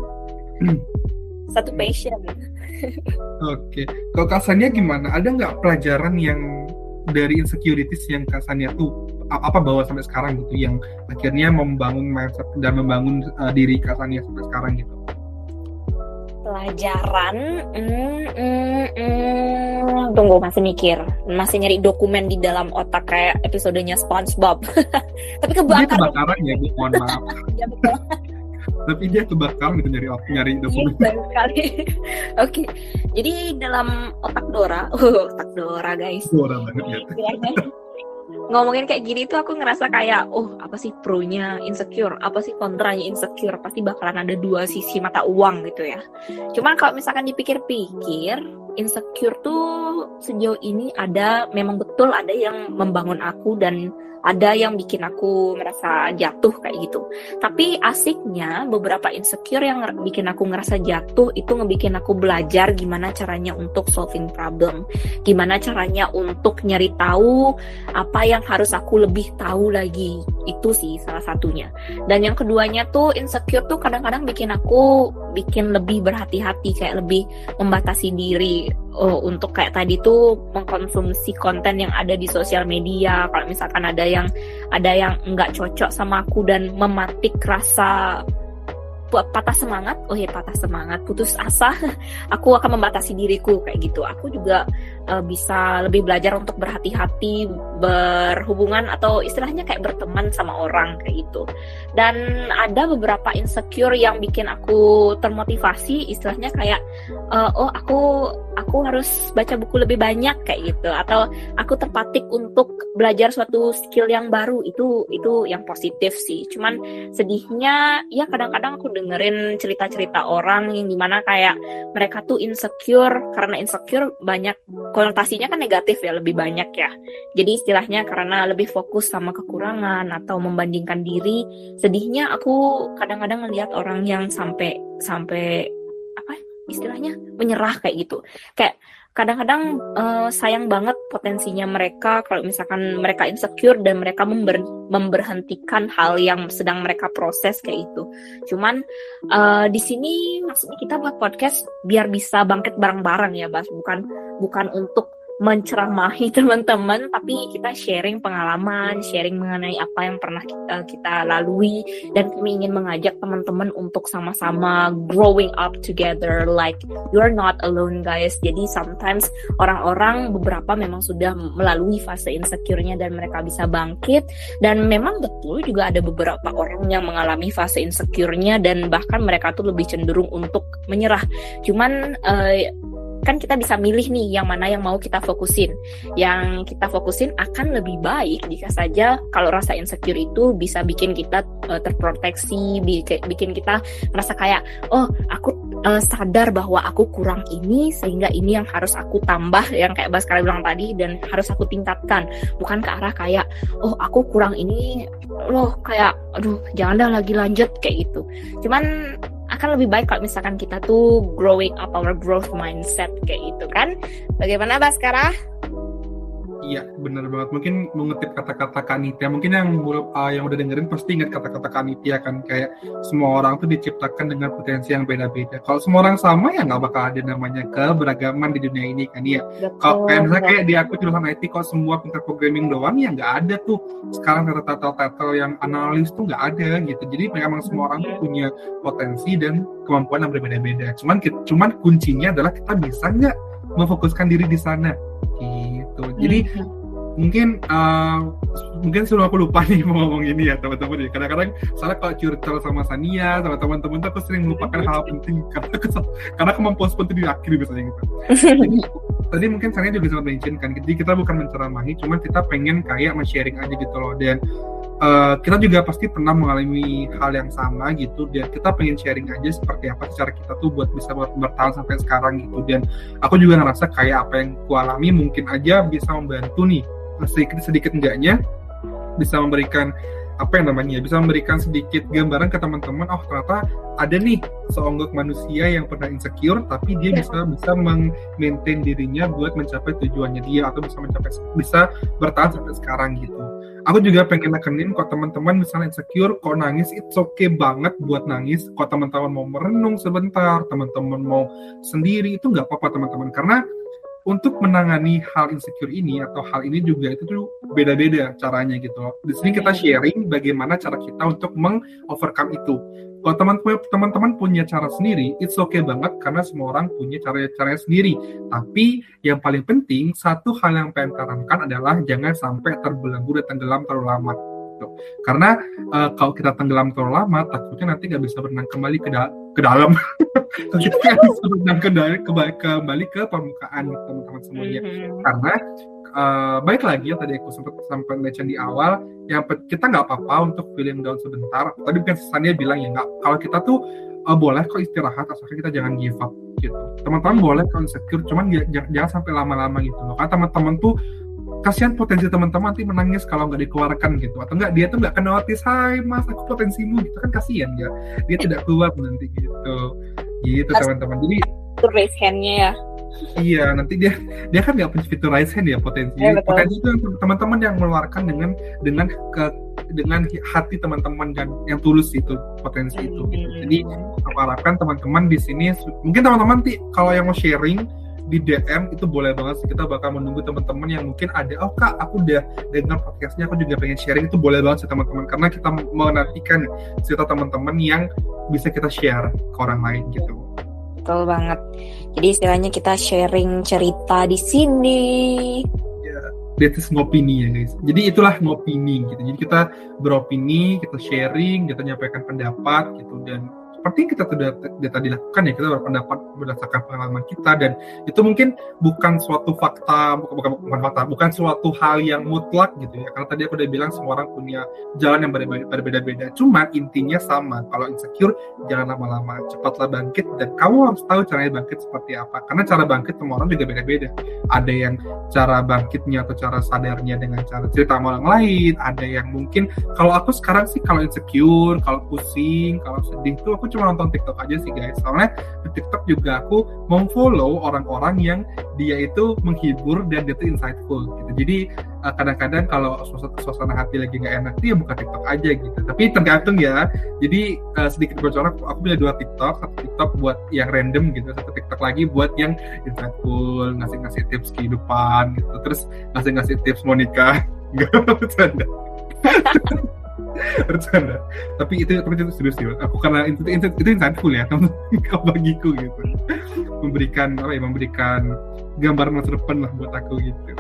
Speaker 4: Satu passion.
Speaker 3: Oke. Okay. Kalau Kasania gimana? Ada nggak pelajaran yang dari insecurities yang Kasania tuh apa bawa sampai sekarang gitu, yang akhirnya membangun mindset dan membangun uh, diri Kasania sampai sekarang gitu?
Speaker 4: Pelajaran, mm, mm, mm, tunggu masih mikir, masih nyari dokumen di dalam otak kayak episodenya SpongeBob. Tapi kebakaran. Dia
Speaker 3: kebakaran ya, Bu, mohon maaf.
Speaker 4: Ya, betul.
Speaker 3: Tapi dia kebakaran gitu nyari nyari dokumen.
Speaker 4: Iya, sekali. Oke, jadi dalam otak Dora, oh, otak Dora guys.
Speaker 3: Dora banget ya.
Speaker 4: Ngomongin kayak gini tuh aku ngerasa kayak, oh apa sih pro-nya insecure, apa sih kontranya insecure, pasti bakalan ada dua sisi mata uang gitu ya. Cuman kalau misalkan dipikir-pikir, insecure tuh sejauh ini ada, memang betul ada yang membangun aku dan ada yang bikin aku merasa jatuh kayak gitu. Tapi asiknya beberapa insecure yang bikin aku ngerasa jatuh itu ngebikin aku belajar gimana caranya untuk solving problem, gimana caranya untuk nyari tahu apa yang harus aku lebih tahu lagi. Itu sih salah satunya. Dan yang keduanya tuh insecure tuh kadang-kadang bikin aku bikin lebih berhati-hati, kayak lebih membatasi diri oh, untuk kayak tadi tuh mengkonsumsi konten yang ada di sosial media. Kalau misalkan ada yang ada yang nggak cocok sama aku dan mematik rasa patah semangat, oh ya patah semangat, putus asa, aku akan membatasi diriku kayak gitu. Aku juga uh, bisa lebih belajar untuk berhati-hati berhubungan atau istilahnya kayak berteman sama orang kayak gitu. Dan ada beberapa insecure yang bikin aku termotivasi, istilahnya kayak uh, oh aku aku harus baca buku lebih banyak kayak gitu, atau aku terpatik untuk belajar suatu skill yang baru. Itu itu yang positif sih. Cuman sedihnya ya kadang-kadang aku dengerin cerita-cerita orang yang dimana kayak mereka tuh insecure. Karena insecure banyak konotasinya kan negatif ya, lebih banyak ya. Jadi istilahnya karena lebih fokus sama kekurangan atau membandingkan diri. Sedihnya aku kadang-kadang ngelihat orang yang sampai sampai apa istilahnya menyerah kayak gitu. Kayak kadang-kadang uh, sayang banget potensinya mereka kalau misalkan mereka insecure dan mereka member- memberhentikan hal yang sedang mereka proses kayak itu. Cuman uh, di sini maksudnya kita buat podcast biar bisa bangkit bareng-bareng ya, Bas. Bukan bukan untuk menceramahi teman-teman, tapi kita sharing pengalaman, sharing mengenai apa yang pernah kita, kita lalui, dan kami ingin mengajak teman-teman untuk sama-sama growing up together, like you're not alone guys. Jadi sometimes orang-orang beberapa memang sudah melalui fase insecure-nya dan mereka bisa bangkit, dan memang betul juga ada beberapa orang yang mengalami fase insecure-nya dan bahkan mereka tuh lebih cenderung untuk menyerah. Cuman uh, kan kita bisa milih nih yang mana yang mau kita fokusin. Yang kita fokusin akan lebih baik jika saja kalau rasa insecure itu bisa bikin kita uh, terproteksi, bikin kita merasa kayak, oh aku uh, sadar bahwa aku kurang ini sehingga ini yang harus aku tambah, yang kayak Bas Kara bilang tadi, dan harus aku tingkatkan. Bukan ke arah kayak, oh aku kurang ini, loh kayak, aduh jangan dah lagi lanjut kayak gitu. Cuman akan lebih baik kalau misalkan kita tuh growing up our growth mindset kayak gitu kan. Bagaimana Bas Kara?
Speaker 3: Iya, benar banget. Mungkin mengutip kata-kata Kak Nitya, mungkin yang uh, yang udah dengerin pasti ingat kata-kata Kak Nitya kan, kayak semua orang tuh diciptakan dengan potensi yang beda-beda. Kalau semua orang sama ya nggak bakal ada namanya keberagaman di dunia ini kan ya. Kalau kayak misalnya kayak di aku jurusan I T, kalau semua pintar programming doang ya nggak ada tuh. Sekarang title-title yang analis tuh nggak ada gitu. Jadi memang semua orang tuh punya potensi dan kemampuan yang berbeda-beda. Cuman cuman kuncinya adalah kita bisa nggak memfokuskan diri di sana. Gitu. Jadi hmm. mungkin uh, mungkin sebelum aku lupa nih mau ngomong ini ya teman-teman ya. Kadang-kadang salah kalau curcol sama Sania sama teman-teman tuh aku sering melupakan hal penting karena karena kemampuan seperti di akhir misalnya gitu. Jadi, tadi mungkin Sania juga sempat mention kan. Jadi kita bukan menceramahi, cuma kita pengen kayak men-sharing aja gitu loh. Dan Uh, kita juga pasti pernah mengalami hal yang sama gitu, dan kita pengen sharing aja seperti apa cara kita tuh buat bisa bertahan sampai sekarang gitu. Dan aku juga ngerasa kayak apa yang ku alami mungkin aja bisa membantu nih, sedikit sedikit enggaknya bisa memberikan apa yang namanya bisa memberikan sedikit gambaran ke teman-teman. Oh ternyata ada nih seonggok manusia yang pernah insecure tapi dia bisa bisa meng-maintain dirinya buat mencapai tujuannya dia, atau bisa mencapai bisa bertahan sampai sekarang gitu. Aku juga pengen nekenin kok teman-teman misalnya insecure, kok nangis, it's okay banget buat nangis. Kok teman-teman mau merenung sebentar, teman-teman mau sendiri, itu nggak apa-apa teman-teman. Karena untuk menangani hal insecure ini atau hal ini juga itu tuh beda-beda caranya gitu loh. Di sini kita sharing bagaimana cara kita untuk meng-overcome itu. Kalau teman-teman teman-teman punya cara sendiri, it's okay banget karena semua orang punya cara-caranya sendiri. Tapi yang paling penting, satu hal yang pengen tarankan adalah jangan sampai terbelenggu dan tenggelam terlalu lama. Gitu. Karena uh, kalau kita tenggelam terlalu lama, takutnya nanti nggak bisa berenang kembali ke, da- ke dalam. Kita nggak bisa berenang kembali ke, kembali ke permukaan teman-teman semuanya. Mm-hmm. Karena Uh, baik lagi ya tadi aku sempat sampai mention di awal, yang kita nggak apa-apa untuk feeling down sebentar. Tadi mungkin Sania bilang ya nggak, kalau kita tuh uh, boleh kok istirahat asalkan kita jangan give up gitu. Teman-teman boleh kalau insecure, cuman jangan, jangan sampai lama-lama gitu loh. Karena teman-teman tuh kasihan potensi teman-teman nanti menangis kalau nggak dikeluarkan gitu, atau nggak dia tuh nggak kena notice, hai mas aku potensimu gitu kan, kasihan ya dia tidak keluar nanti gitu gitu teman-teman. Jadi
Speaker 4: raise hand-nya ya.
Speaker 3: Iya, nanti dia dia kan nggak punya fitur raise hand ya potensi. Ya, potensi itu teman-teman yang mengeluarkan dengan dengan ke dengan hati teman-teman dan yang tulus itu potensi itu. Gitu. Jadi aku harapkan teman-teman di sini, mungkin teman-teman nanti kalau yang mau sharing di D M itu boleh banget sih, kita bakal menunggu teman-teman yang mungkin ada, oh kak aku udah dengar podcastnya aku juga pengen sharing, itu boleh banget sih teman-teman, karena kita menantikan cerita teman-teman yang bisa kita share ke orang lain gitu.
Speaker 4: betul banget. Jadi istilahnya kita sharing cerita di sini.
Speaker 3: Ya, that is ngopini ya guys. Jadi itulah ngopini gitu. Jadi kita beropini, kita sharing, kita menyampaikan pendapat gitu, dan seperti kita sudah tadi lakukan ya, kita berpendapat berdasarkan pengalaman kita, dan itu mungkin bukan suatu fakta, bukan, bukan, bukan fakta, bukan suatu hal yang mutlak gitu ya, karena tadi aku udah bilang semua orang punya jalan yang berbeda-beda. Cuman intinya sama, kalau insecure jangan lama-lama, cepatlah bangkit, dan kamu harus tahu caranya bangkit seperti apa, karena cara bangkit semua orang juga beda-beda. Ada yang cara bangkitnya atau cara sadarnya dengan cara cerita sama orang lain, ada yang mungkin, kalau aku sekarang sih kalau insecure, kalau pusing, kalau sedih tuh aku cuma nonton TikTok aja sih guys. Soalnya di TikTok juga aku memfollow orang-orang yang dia itu menghibur dan dia tuh insightful gitu. Jadi uh, kadang-kadang kalau suasana, suasana hati lagi nggak enak tuh ya buka TikTok aja gitu. Tapi tergantung ya. Jadi uh, sedikit bocoran, aku punya dua TikTok. Satu TikTok buat yang random gitu, satu TikTok lagi buat yang insightful, ngasih-ngasih tips kehidupan gitu. Terus ngasih-ngasih tips mau nikah. Enggak, bercanda. Bercanda. Tapi itu tapi itu serius sih. Aku karena itu itu, itu insightful ya bagiku gitu. Memberikan apa ya, memberikan gambaran masa depan lah buat aku gitu.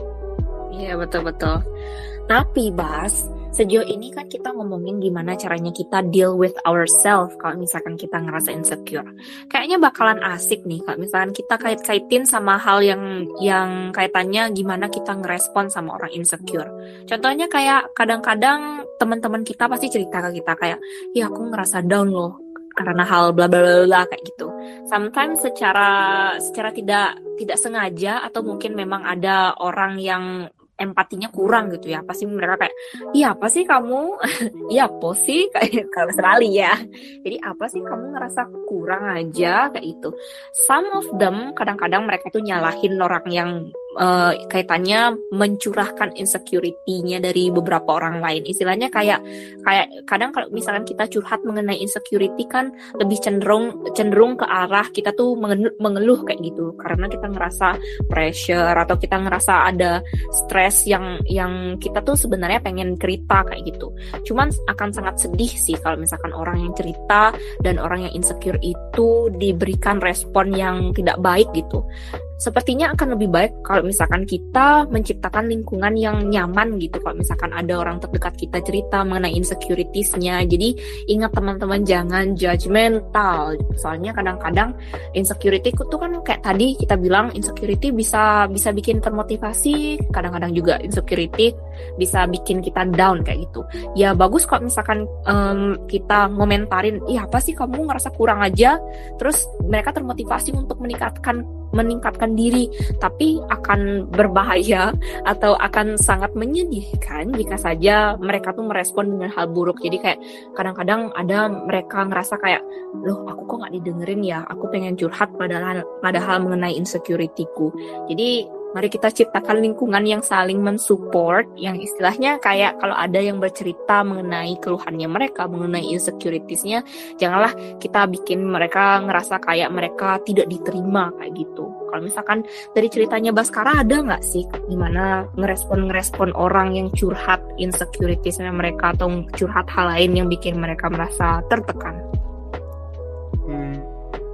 Speaker 4: Iya, betul-betul. Tapi Bas, sejauh ini kan kita ngomongin gimana caranya kita deal with ourselves kalau misalkan kita ngerasa insecure. Kayaknya bakalan asik nih kalau misalkan kita kait-kaitin sama hal yang yang kaitannya gimana kita ngerespon sama orang insecure. Contohnya kayak kadang-kadang teman-teman kita pasti cerita ke kita kayak, ya aku ngerasa down loh karena hal bla bla bla kayak gitu. Sometimes secara secara tidak tidak sengaja atau mungkin memang ada orang yang empatinya kurang gitu ya, pasti mereka kayak, iya apa sih kamu, iya apa sih, kayak kalau sekali ya, jadi apa sih kamu ngerasa kurang aja kayak itu. Some of them kadang-kadang mereka tuh nyalahin orang yang uh, kaitannya mencurahkan insecurity-nya dari beberapa orang lain. Istilahnya kayak kayak kadang kalau misalkan kita curhat mengenai insecurity kan lebih cenderung cenderung ke arah kita tuh mengeluh, mengeluh kayak gitu, karena kita ngerasa pressure atau kita ngerasa ada stres yang yang kita tuh sebenarnya pengen cerita kayak gitu. Cuman akan sangat sedih sih kalau misalkan orang yang cerita dan orang yang insecure itu diberikan respon yang tidak baik gitu. Sepertinya akan lebih baik kalau misalkan kita menciptakan lingkungan yang nyaman gitu. Kalau misalkan ada orang terdekat kita cerita mengenai insecurities-nya. Jadi ingat teman-teman, jangan judgmental. Soalnya kadang-kadang insecurity itu kan kayak tadi kita bilang, insecurity bisa bisa bikin termotivasi. Kadang-kadang juga insecurity bisa bikin kita down kayak gitu. Ya bagus kalau misalkan um, kita ngomentarin, iya apa sih kamu ngerasa kurang aja. Terus mereka termotivasi untuk meningkatkan meningkatkan diri, tapi akan berbahaya atau akan sangat menyedihkan jika saja mereka tuh merespon dengan hal buruk. Jadi kayak kadang-kadang ada mereka ngerasa kayak, loh aku kok nggak didengerin ya, aku pengen curhat padahal padahal mengenai insecurity-ku. Jadi mari kita ciptakan lingkungan yang saling mensupport, yang istilahnya kayak kalau ada yang bercerita mengenai keluhannya mereka, mengenai insecurities-nya, janganlah kita bikin mereka ngerasa kayak mereka tidak diterima kayak gitu. Kalau misalkan dari ceritanya Baskara ada nggak sih gimana ngerespon-ngerespon orang yang curhat insecurities-nya mereka atau curhat hal lain yang bikin mereka merasa tertekan?
Speaker 3: Hmm.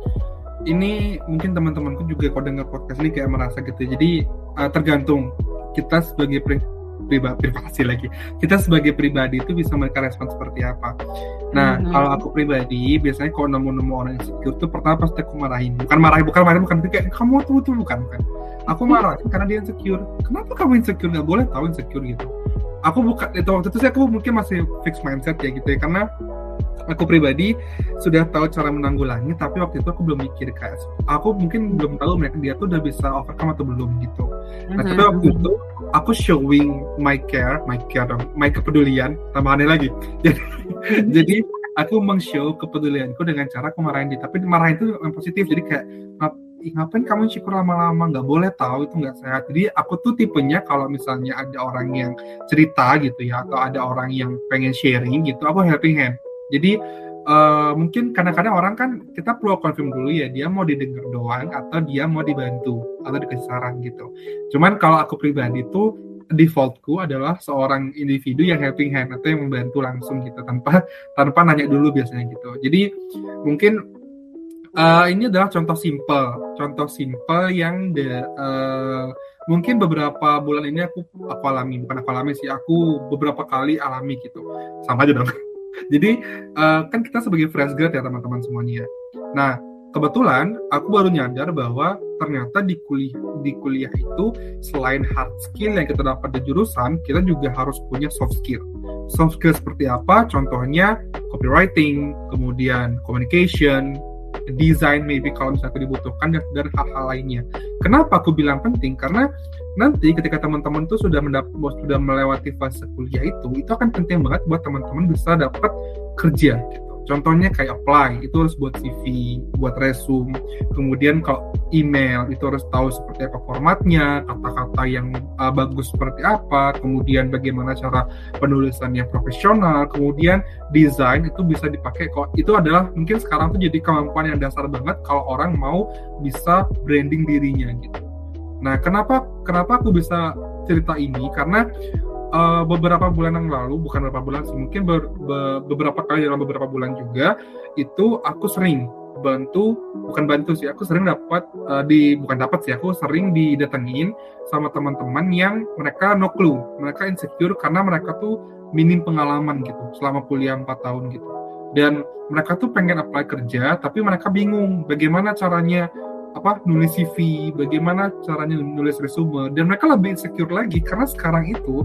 Speaker 3: Ini mungkin teman-temanku juga kalau dengar podcast ini kayak merasa gitu. Jadi uh, tergantung kita sebagai pri- pribadi, privasi lagi. Kita sebagai pribadi itu bisa memberikan respon seperti apa. Nah, mm-hmm. kalau aku pribadi biasanya kalau nemu-nemu orang insecure tuh pertama pasti aku marahin. Bukan marahin, bukan marahin, bukan kayak kamu tuh tuh bukan, bukan. Aku marahin karena dia insecure. Kenapa kamu insecure? Gak boleh tahu insecure gitu. Aku bukan itu waktu itu sih aku mungkin masih fix mindset ya gitu ya, karena aku pribadi sudah tahu cara menanggulangi, tapi waktu itu aku belum mikir kayak aku mungkin belum tahu mereka dia tuh udah bisa overcome atau belum gitu. Nah, mm-hmm. tapi waktu itu aku showing my care, my care, my kepedulian, tambahannya lagi. Jadi, jadi aku meng-show kepedulianku dengan cara aku marahin dia, tapi marahin itu yang positif. Jadi kayak ngapain kamu syukur lama-lama, nggak boleh tahu, itu nggak sehat. Jadi aku tuh tipenya kalau misalnya ada orang yang cerita gitu ya, atau ada orang yang pengen sharing gitu, aku helping hand. Jadi uh, mungkin kadang-kadang orang kan kita perlu confirm dulu ya, dia mau didengar doang atau dia mau dibantu atau dikasih saran gitu. Cuman kalau aku pribadi tuh defaultku adalah seorang individu yang helping hand atau yang membantu langsung gitu tanpa tanpa nanya dulu biasanya gitu. Jadi mungkin Uh, ini adalah contoh simple, contoh simple yang de, uh, mungkin beberapa bulan ini aku aku alami, bukan aku alami sih, aku beberapa kali alami gitu, sama aja dong. Jadi uh, kan kita sebagai fresh grad ya teman-teman semuanya. Nah kebetulan aku baru nyadar bahwa ternyata di kuliah di kuliah itu selain hard skill yang kita dapat di jurusan, kita juga harus punya soft skill. Soft skill seperti apa? Contohnya copywriting, kemudian communication, design maybe kalau misalnya dibutuhkan, dan, dan hal-hal lainnya. Kenapa aku bilang penting? Karena nanti ketika teman-teman tuh sudah mendap- sudah melewati fase kuliah itu, itu akan penting banget buat teman-teman bisa dapat kerja gitu. Contohnya kayak apply, itu harus buat C V, buat resume. Kemudian kalau email, itu harus tahu seperti apa formatnya, kata-kata yang uh, bagus seperti apa, kemudian bagaimana cara penulisan yang profesional, kemudian desain itu bisa dipakai kok. Itu adalah mungkin sekarang tuh jadi kemampuan yang dasar banget kalau orang mau bisa branding dirinya gitu. Nah, kenapa kenapa aku bisa cerita ini? Karena Uh, beberapa bulan yang lalu, bukan beberapa bulan sih, mungkin ber, be, beberapa kali dalam beberapa bulan juga, itu aku sering bantu, bukan bantu sih, aku sering dapat, uh, di bukan dapat sih, aku sering didatengin sama teman-teman yang mereka no clue, mereka insecure karena mereka tuh minim pengalaman gitu, selama kuliah empat tahun gitu. Dan mereka tuh pengen apply kerja, tapi mereka bingung bagaimana caranya apa nulis C V, bagaimana caranya nulis resume, dan mereka lebih insecure lagi karena sekarang itu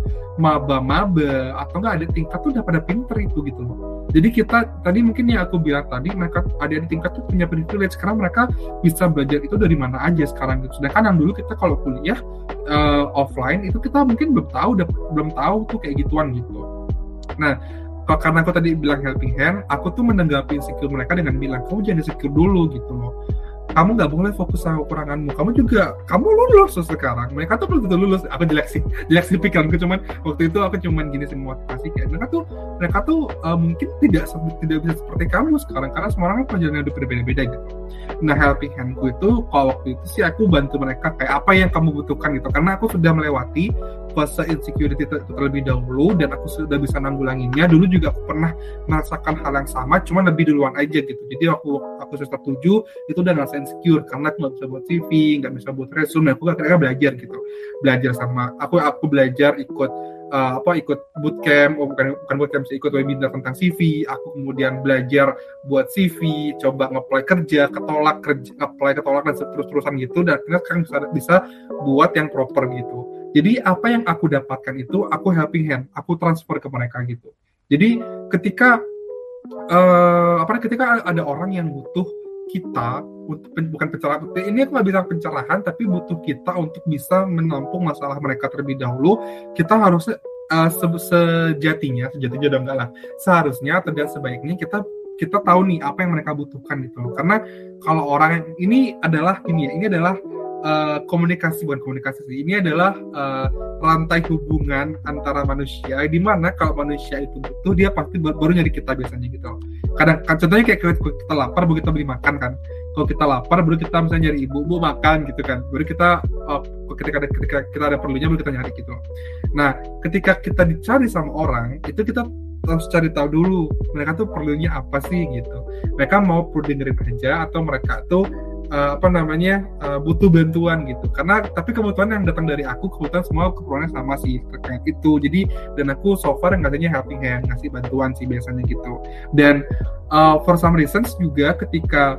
Speaker 3: maba-maba atau nggak ada tingkat tuh udah pada pinter itu gitu loh. Jadi kita tadi mungkin yang aku bilang tadi, mereka ada di tingkat tuh punya privilege karena mereka bisa belajar itu dari mana aja sekarang gitu. Sedangkan yang dulu kita kalau kuliah uh, offline itu kita mungkin belum tahu, udah, belum tahu tuh kayak gituan gitu. Nah karena aku tadi bilang helping hand, aku tuh menanggapi insecure mereka dengan bilang, kamu jangan insecure dulu gitu loh. Kamu nggak boleh fokus sama kekuranganmu. Kamu juga, kamu lulus sekarang. Mereka tuh belum tentu lulus. Aku jelek sih, jelek sih pikiranku. Cuman waktu itu aku cuman gini sih motivasi kayak mereka tuh, mereka tuh uh, mungkin tidak tidak bisa seperti kamu sekarang karena semua orang kan pelajarannya udah berbeda-beda gitu. Nah helping handku itu, kalau waktu itu sih aku bantu mereka kayak apa yang kamu butuhkan gitu. Karena aku sudah melewati fase insecurity itu terlebih dahulu dan aku sudah bisa nanggulanginnya. Dulu juga aku pernah merasakan hal yang sama, cuman lebih duluan aja gitu. Jadi aku aku semester tujuh itu udah ngerasa insecure karena aku nggak bisa buat C V, nggak bisa buat resume. Aku akhirnya belajar gitu, belajar sama aku aku belajar ikut uh, apa ikut bootcamp, oh, bukan bukan bootcamp sih, ikut webinar tentang C V. Aku kemudian belajar buat C V, coba nge-apply kerja, ketolak kerja, apply ketolak dan terus-terusan gitu. Dan akhirnya sekarang bisa bisa buat yang proper gitu. Jadi apa yang aku dapatkan itu aku helping hand, aku transfer ke mereka gitu. Jadi ketika uh, apa ketika ada orang yang butuh kita untuk bukan pencerahan, ini aku nggak bilang pencerahan, tapi butuh kita untuk bisa menampung masalah mereka terlebih dahulu. Kita harus uh, se- sejatinya, sejatinya udah enggak lah, seharusnya atau dan sebaiknya kita kita tahu nih apa yang mereka butuhkan gitu loh. Karena kalau orang ini adalah ini ya, ini adalah Uh, komunikasi bukan komunikasi sih. Ini adalah uh, rantai hubungan antara manusia. Di mana kalau manusia itu butuh, dia pasti baru, baru nyari kita biasanya gitu. Kadang kan, contohnya kayak kita, kita lapar, baru kita beli makan kan. Kalau kita lapar, baru kita misalnya nyari ibu, ibu makan gitu kan. Baru kita uh, ketika ada ketika kita ada perlunya, baru kita nyari gitu. Nah, ketika kita dicari sama orang, itu kita harus cari tahu dulu mereka tuh perlunya apa sih gitu. Mereka mau perlu dengerin aja atau mereka tuh Uh, apa namanya uh, butuh bantuan gitu. Karena tapi kebutuhan yang datang dari aku kebetulan semua keperluannya sama sih terkait itu. Jadi dan aku so far yang katanya helping hand, ngasih bantuan sih biasanya gitu. Dan uh, for some reasons juga ketika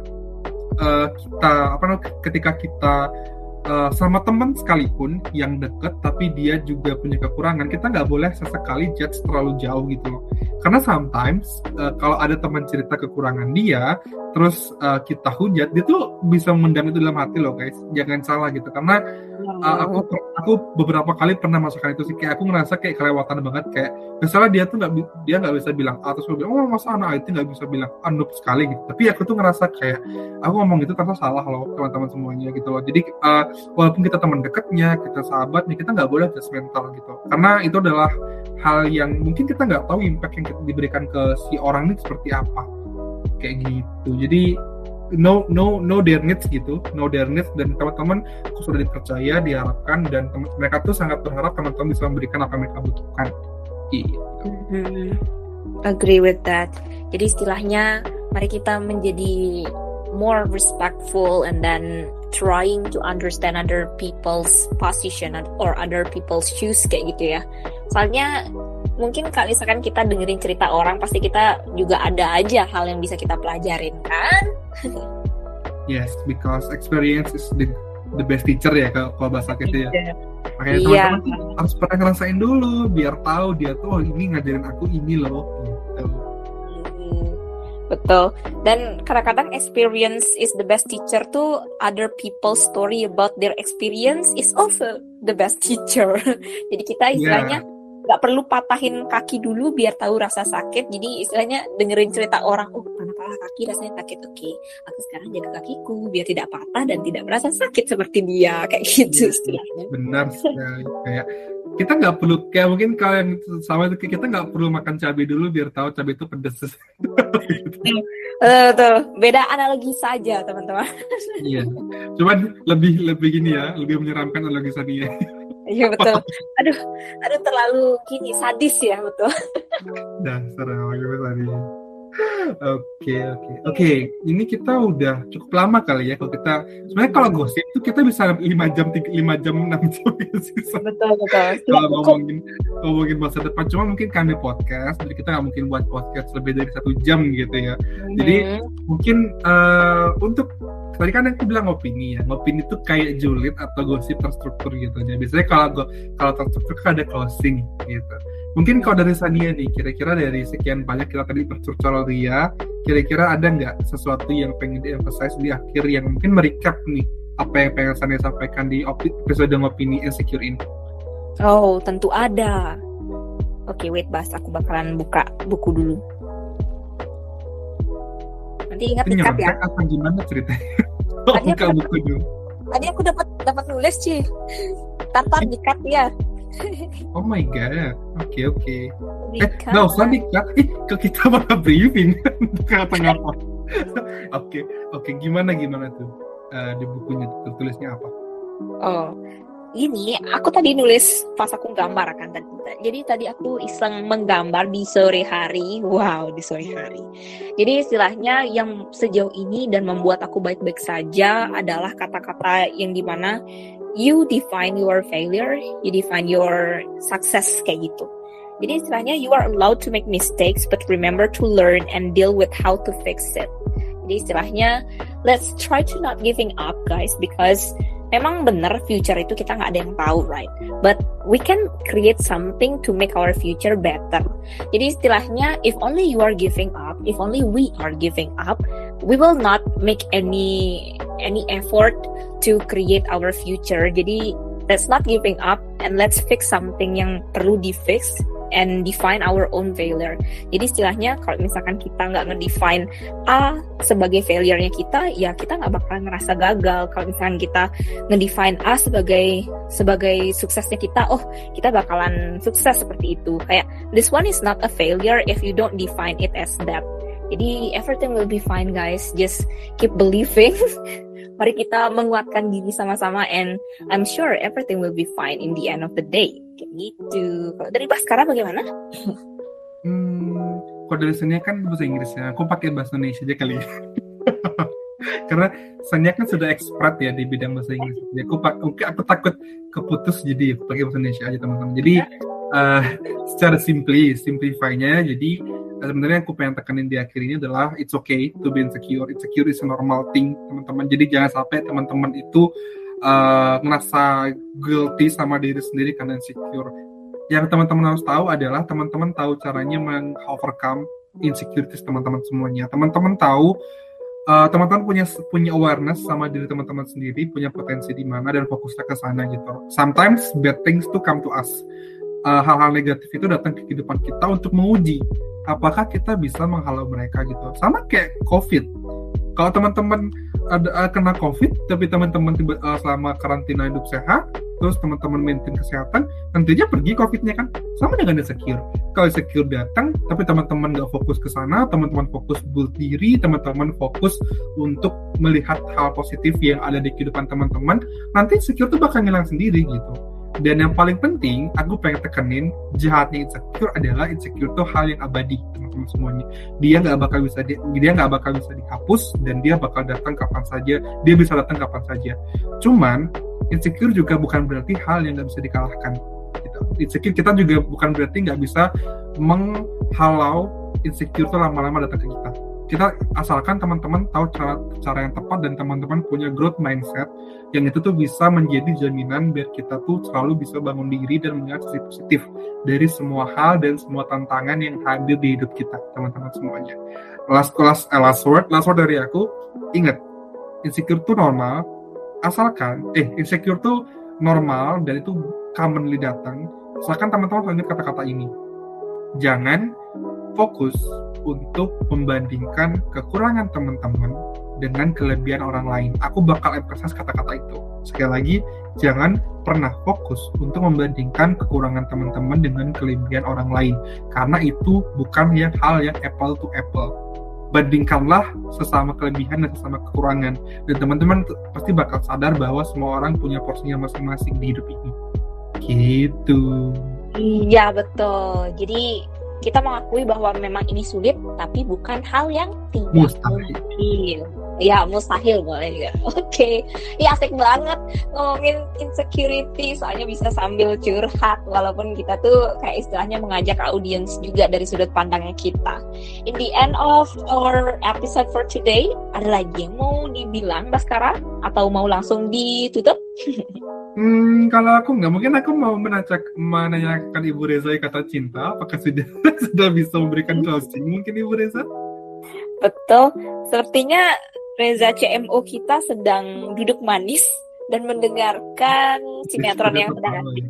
Speaker 3: uh, kita apa namanya ketika kita uh, sama teman sekalipun yang deket tapi dia juga punya kekurangan, kita nggak boleh sesekali judge terlalu jauh gitu loh. Karena sometimes uh, kalau ada teman cerita kekurangan dia, terus uh, kita hujat, dia tuh bisa mendam itu dalam hati loh guys. Jangan salah gitu. Karena uh, aku aku beberapa kali pernah merasakan itu sih. Kayak aku ngerasa kayak kelewatan banget. Kayak misalnya dia tuh nggak dia nggak bisa bilang A, terus aku bilang, oh masa anak I T nggak bisa bilang anup sekali gitu. Tapi aku tuh ngerasa kayak aku ngomong gitu karena salah loh teman-teman semuanya gitu loh. Jadi uh, walaupun kita teman dekatnya, kita sahabatnya, kita nggak boleh judgmental gitu. Karena itu adalah hal yang mungkin kita nggak tahu impact yang diberikan ke si orang ini seperti apa. Kayak gitu. Jadi no no no their needs gitu, no their needs, dan teman-teman aku sudah dipercaya, diharapkan, dan teman mereka tuh sangat berharap teman-teman bisa memberikan apa yang mereka butuhkan. Gitu.
Speaker 4: Mm-hmm. Agree with that. Jadi istilahnya mari kita menjadi more respectful and then trying to understand other people's position or other people's shoes kayak gitu ya. Soalnya mungkin kalau misalkan kita dengerin cerita orang, pasti kita juga ada aja hal yang bisa kita pelajarin kan.
Speaker 3: Yes, because experience is the the best teacher ya kalau bahasa kita ya.
Speaker 4: Yeah.
Speaker 3: Makanya
Speaker 4: Iya.
Speaker 3: teman-teman harus pernah ngerasain dulu biar tahu dia tuh oh, ini ngajarin aku ini loh gitu.
Speaker 4: Hmm, betul. Dan kadang-kadang experience is the best teacher tuh, other people's story about their experience is also the best teacher. Jadi kita istilahnya nggak perlu patahin kaki dulu biar tahu rasa sakit. Jadi istilahnya dengerin cerita orang, oh patah kaki rasanya sakit, oke, aku sekarang jaga kakiku biar tidak patah dan tidak merasa sakit seperti dia, kayak gitu istilahnya.
Speaker 3: Benar sekali. Kayak kita nggak perlu, kayak mungkin kalau yang sama itu kita nggak perlu makan cabai dulu biar tahu cabai itu pedas.
Speaker 4: Betul, beda analogi saja teman-teman.
Speaker 3: Iya, cuman lebih lebih gini ya, lebih menyeramkan analogisannya.
Speaker 4: Iya betul. Aduh, aduh terlalu gini sadis ya, betul.
Speaker 3: Dasar analogi tadi. Oke oke oke. Ini kita udah cukup lama kali ya kalau kita. Sebenarnya kalau gosip itu kita bisa lima jam lima jam enam jam gitu.
Speaker 4: Betul betul.
Speaker 3: Kalau ngomongin ngomongin masa depan, cuma mungkin kami podcast, jadi kita nggak mungkin buat podcast lebih dari satu jam gitu ya.
Speaker 4: Hmm.
Speaker 3: Jadi mungkin uh, untuk tadi kan aku bilang opini ya, opini itu kayak julid atau gosip terstruktur gitu. Jadi biasanya kalau kalau terstruktur kan ada closing gitu. Mungkin kalau dari Sania nih, kira-kira dari sekian banyak kita tadi bercurcol Ria, kira-kira ada nggak sesuatu yang pengen di-emphasize di akhir yang mungkin merecap nih apa yang pengen Sania sampaikan di episode Opini Insecure ini?
Speaker 4: Oh, tentu ada. Oke, wait Bas, aku bakalan buka buku dulu. Nanti ingat dikat ya.
Speaker 3: Apa gimana ceritanya? Oh,
Speaker 4: Tadi
Speaker 3: buka
Speaker 4: aku
Speaker 3: buku dulu.
Speaker 4: Tadi aku dapat dapat nulis sih. Tanpa dikat ya.
Speaker 3: Oh my god, oke okay, oke. Okay. Eh,
Speaker 4: Dikat.
Speaker 3: nggak usah dikat. Ih, ke kita malah briefing. Kata ngapa? Oke oke, gimana gimana tuh uh, di bukunya tertulisnya apa?
Speaker 4: Oh, ini aku tadi nulis pas aku gambar kan tadi. Jadi tadi aku iseng menggambar di sore hari. Wow, di sore hari. Jadi istilahnya yang sejauh ini dan membuat aku baik-baik saja adalah kata-kata yang dimana you define your failure, you define your success kayak gitu. Jadi istilahnya you are allowed to make mistakes, but remember to learn and deal with how to fix it. Jadi istilahnya let's try to not giving up guys, because memang benar future itu kita nggak ada yang tahu, right? But we can create something to make our future better. Jadi istilahnya if only you are giving up, if only we are giving up, we will not make any any effort to create our future. Jadi let's not giving up and let's fix something yang perlu di-fix and define our own failure. Jadi istilahnya kalau misalkan kita nggak nge-define A sebagai failure-nya kita, ya kita nggak bakalan ngerasa gagal. Kalau misalkan kita nge-define A sebagai sebagai suksesnya kita, oh kita bakalan sukses seperti itu. Kayak this one is not a failure if you don't define it as that. Jadi everything will be fine guys, just keep believing. Mari kita menguatkan diri sama-sama and I'm sure everything will be fine in the end of the day. Kayak gitu. Kalau dari Baskara bagaimana?
Speaker 3: Hmm, kalau dari Sania kan bahasa Inggrisnya, aku pakai bahasa Indonesia aja kali ya. Karena Sania kan sudah expert ya di bidang bahasa Inggris. Jadi aku, aku, aku takut keputus, jadi aku pakai bahasa Indonesia aja teman-teman. Jadi uh, secara simply, simplify-nya, jadi sebenarnya aku pengen tekanin di akhir ini adalah it's okay to be insecure. Insecure is a normal thing, teman-teman. Jadi jangan sampai teman-teman itu uh, ngerasa guilty sama diri sendiri karena insecure. Yang teman-teman harus tahu adalah teman-teman tahu caranya meng-overcome insecurities teman-teman semuanya. Teman-teman tahu uh, teman-teman punya punya awareness sama diri teman-teman sendiri, punya potensi di mana dan fokusnya ke sana gitu. Sometimes bad things to come to us. Uh, hal-hal negatif itu datang ke kehidupan kita untuk menguji apakah kita bisa menghalau mereka gitu. Sama kayak COVID. Kalau teman-teman ada uh, kena COVID, tapi teman-teman tiba, uh, selama karantina hidup sehat, terus teman-teman maintain kesehatan, nantinya pergi COVID-nya kan. Sama dengan insecure. Kalau insecure datang, tapi teman-teman nggak fokus ke sana, teman-teman fokus build diri, teman-teman fokus untuk melihat hal positif yang ada di kehidupan teman-teman, nanti insecure tuh bakal hilang sendiri gitu. Dan yang paling penting, aku pengen tekenin, jahatnya insecure adalah insecure itu hal yang abadi, teman-teman semuanya. Dia nggak bakal bisa di, dia nggak bakal bisa dihapus, dan dia bakal datang kapan saja. Dia bisa datang kapan saja. Cuman insecure juga bukan berarti hal yang nggak bisa dikalahkan. Gitu. Insecure kita juga bukan berarti nggak bisa menghalau insecure itu lama-lama datang ke kita. Kita asalkan teman-teman tahu cara cara yang tepat dan teman-teman punya growth mindset yang itu tuh bisa menjadi jaminan biar kita tuh selalu bisa bangun diri dan melihat sisi positif dari semua hal dan semua tantangan yang hadir di hidup kita, teman-teman semuanya. Last class, eh, last word, last word dari aku, ingat, insecure tuh normal, asalkan, eh insecure tuh normal dan itu commonly datang, asalkan teman-teman ingat kata-kata ini. Jangan fokus untuk membandingkan kekurangan teman-teman dengan kelebihan orang lain. Aku bakal emphasize kata-kata itu. Sekali lagi, jangan pernah fokus untuk membandingkan kekurangan teman-teman dengan kelebihan orang lain. Karena itu bukan yang hal yang apple to apple. Bandingkanlah sesama kelebihan dan sesama kekurangan. Dan teman-teman pasti bakal sadar bahwa semua orang punya porsinya masing-masing di hidup ini. Gitu.
Speaker 4: Iya, betul. Jadi kita mengakui bahwa memang ini sulit, tapi bukan hal yang tidak
Speaker 3: Mustahil.
Speaker 4: mungkin. Ya, mustahil boleh juga. Oke, okay. Ya asik banget ngomongin insecurity, soalnya bisa sambil curhat, walaupun kita tuh kayak istilahnya mengajak audiens juga dari sudut pandangnya kita. In the end of our episode for today, ada lagi yang mau dibilang, Baskara? Atau mau langsung ditutup?
Speaker 3: Hmm, kalau aku nggak, mungkin aku mau menacak, menanyakan Ibu Reza kata cinta, apakah sudah sudah bisa memberikan closing mungkin Ibu Reza?
Speaker 4: Betul, sepertinya Reza C M O kita sedang duduk manis dan mendengarkan sinetron yang sedang asik.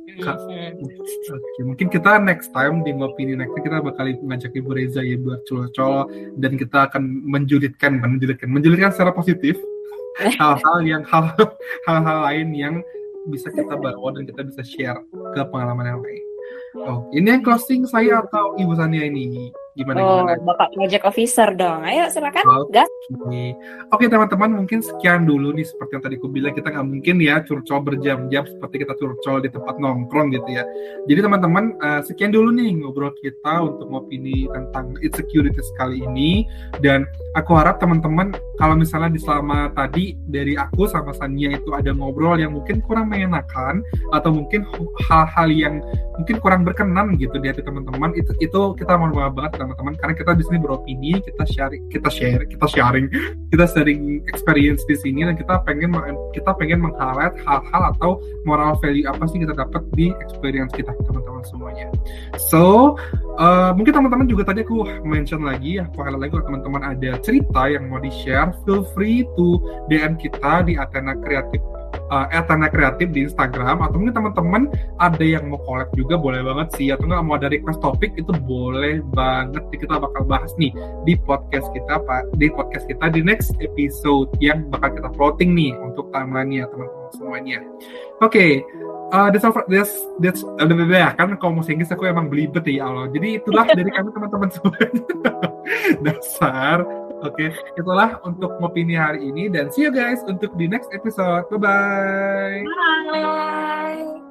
Speaker 3: Oke, mungkin kita next time di Ngopini Next kita bakal ngajak Ibu Reza ya buat colo-colo, dan kita akan menjulitkan, menjulitkan, menjulitkan secara positif. hal-hal yang hal, hal-hal lain yang bisa kita bawa dan kita bisa share ke pengalaman yang lain. Oh, ini yang closing saya atau Ibu Sania ini? Gimana,
Speaker 4: oh,
Speaker 3: gimana?
Speaker 4: Bapak Project Officer dong. Ayo silakan,
Speaker 3: okay.
Speaker 4: gas.
Speaker 3: Oke, okay, teman-teman, mungkin sekian dulu nih, seperti yang tadi aku bilang, kita nggak mungkin ya curcol berjam-jam seperti kita curcol di tempat nongkrong gitu ya. Jadi teman-teman, uh, sekian dulu nih ngobrol kita untuk ngopini tentang insecurities kali ini, dan aku harap teman-teman kalau misalnya di selama tadi dari aku sama Sania itu ada ngobrol yang mungkin kurang mengenakan atau mungkin hal-hal yang mungkin kurang berkenan gitu di hati teman-teman, itu itu kita mohon maaf banget teman-teman, karena kita di sini beropini, kita sharing, kita share, kita sharing, kita sharing experience di sini, dan kita pengen kita pengen meng-highlight hal-hal atau moral value apa sih kita dapat di experience kita, teman-teman semuanya. So uh, mungkin teman-teman juga tadi aku mention lagi, aku highlight lagi kalau teman-teman ada cerita yang mau di-share, feel free to D M kita di Athena Kreatif uh, Athena Kreatif di Instagram, atau mungkin teman-teman ada yang mau collab juga boleh banget sih, atau nggak mau ada request topik itu boleh banget, kita bakal bahas nih di podcast kita Pak, di podcast kita di next episode yang bakal kita plotting nih untuk timeline-nya teman-teman semuanya. Oke, okay. Uh, that's, that's, that's, uh, ya kan kalau bahasa Inggris aku emang belibet ya Allah. Jadi itulah dari kami teman-teman semuanya. Dasar. Oke, okay. Itulah untuk ngopini hari ini, dan see you guys untuk di next episode. Bye-bye.
Speaker 4: Bye.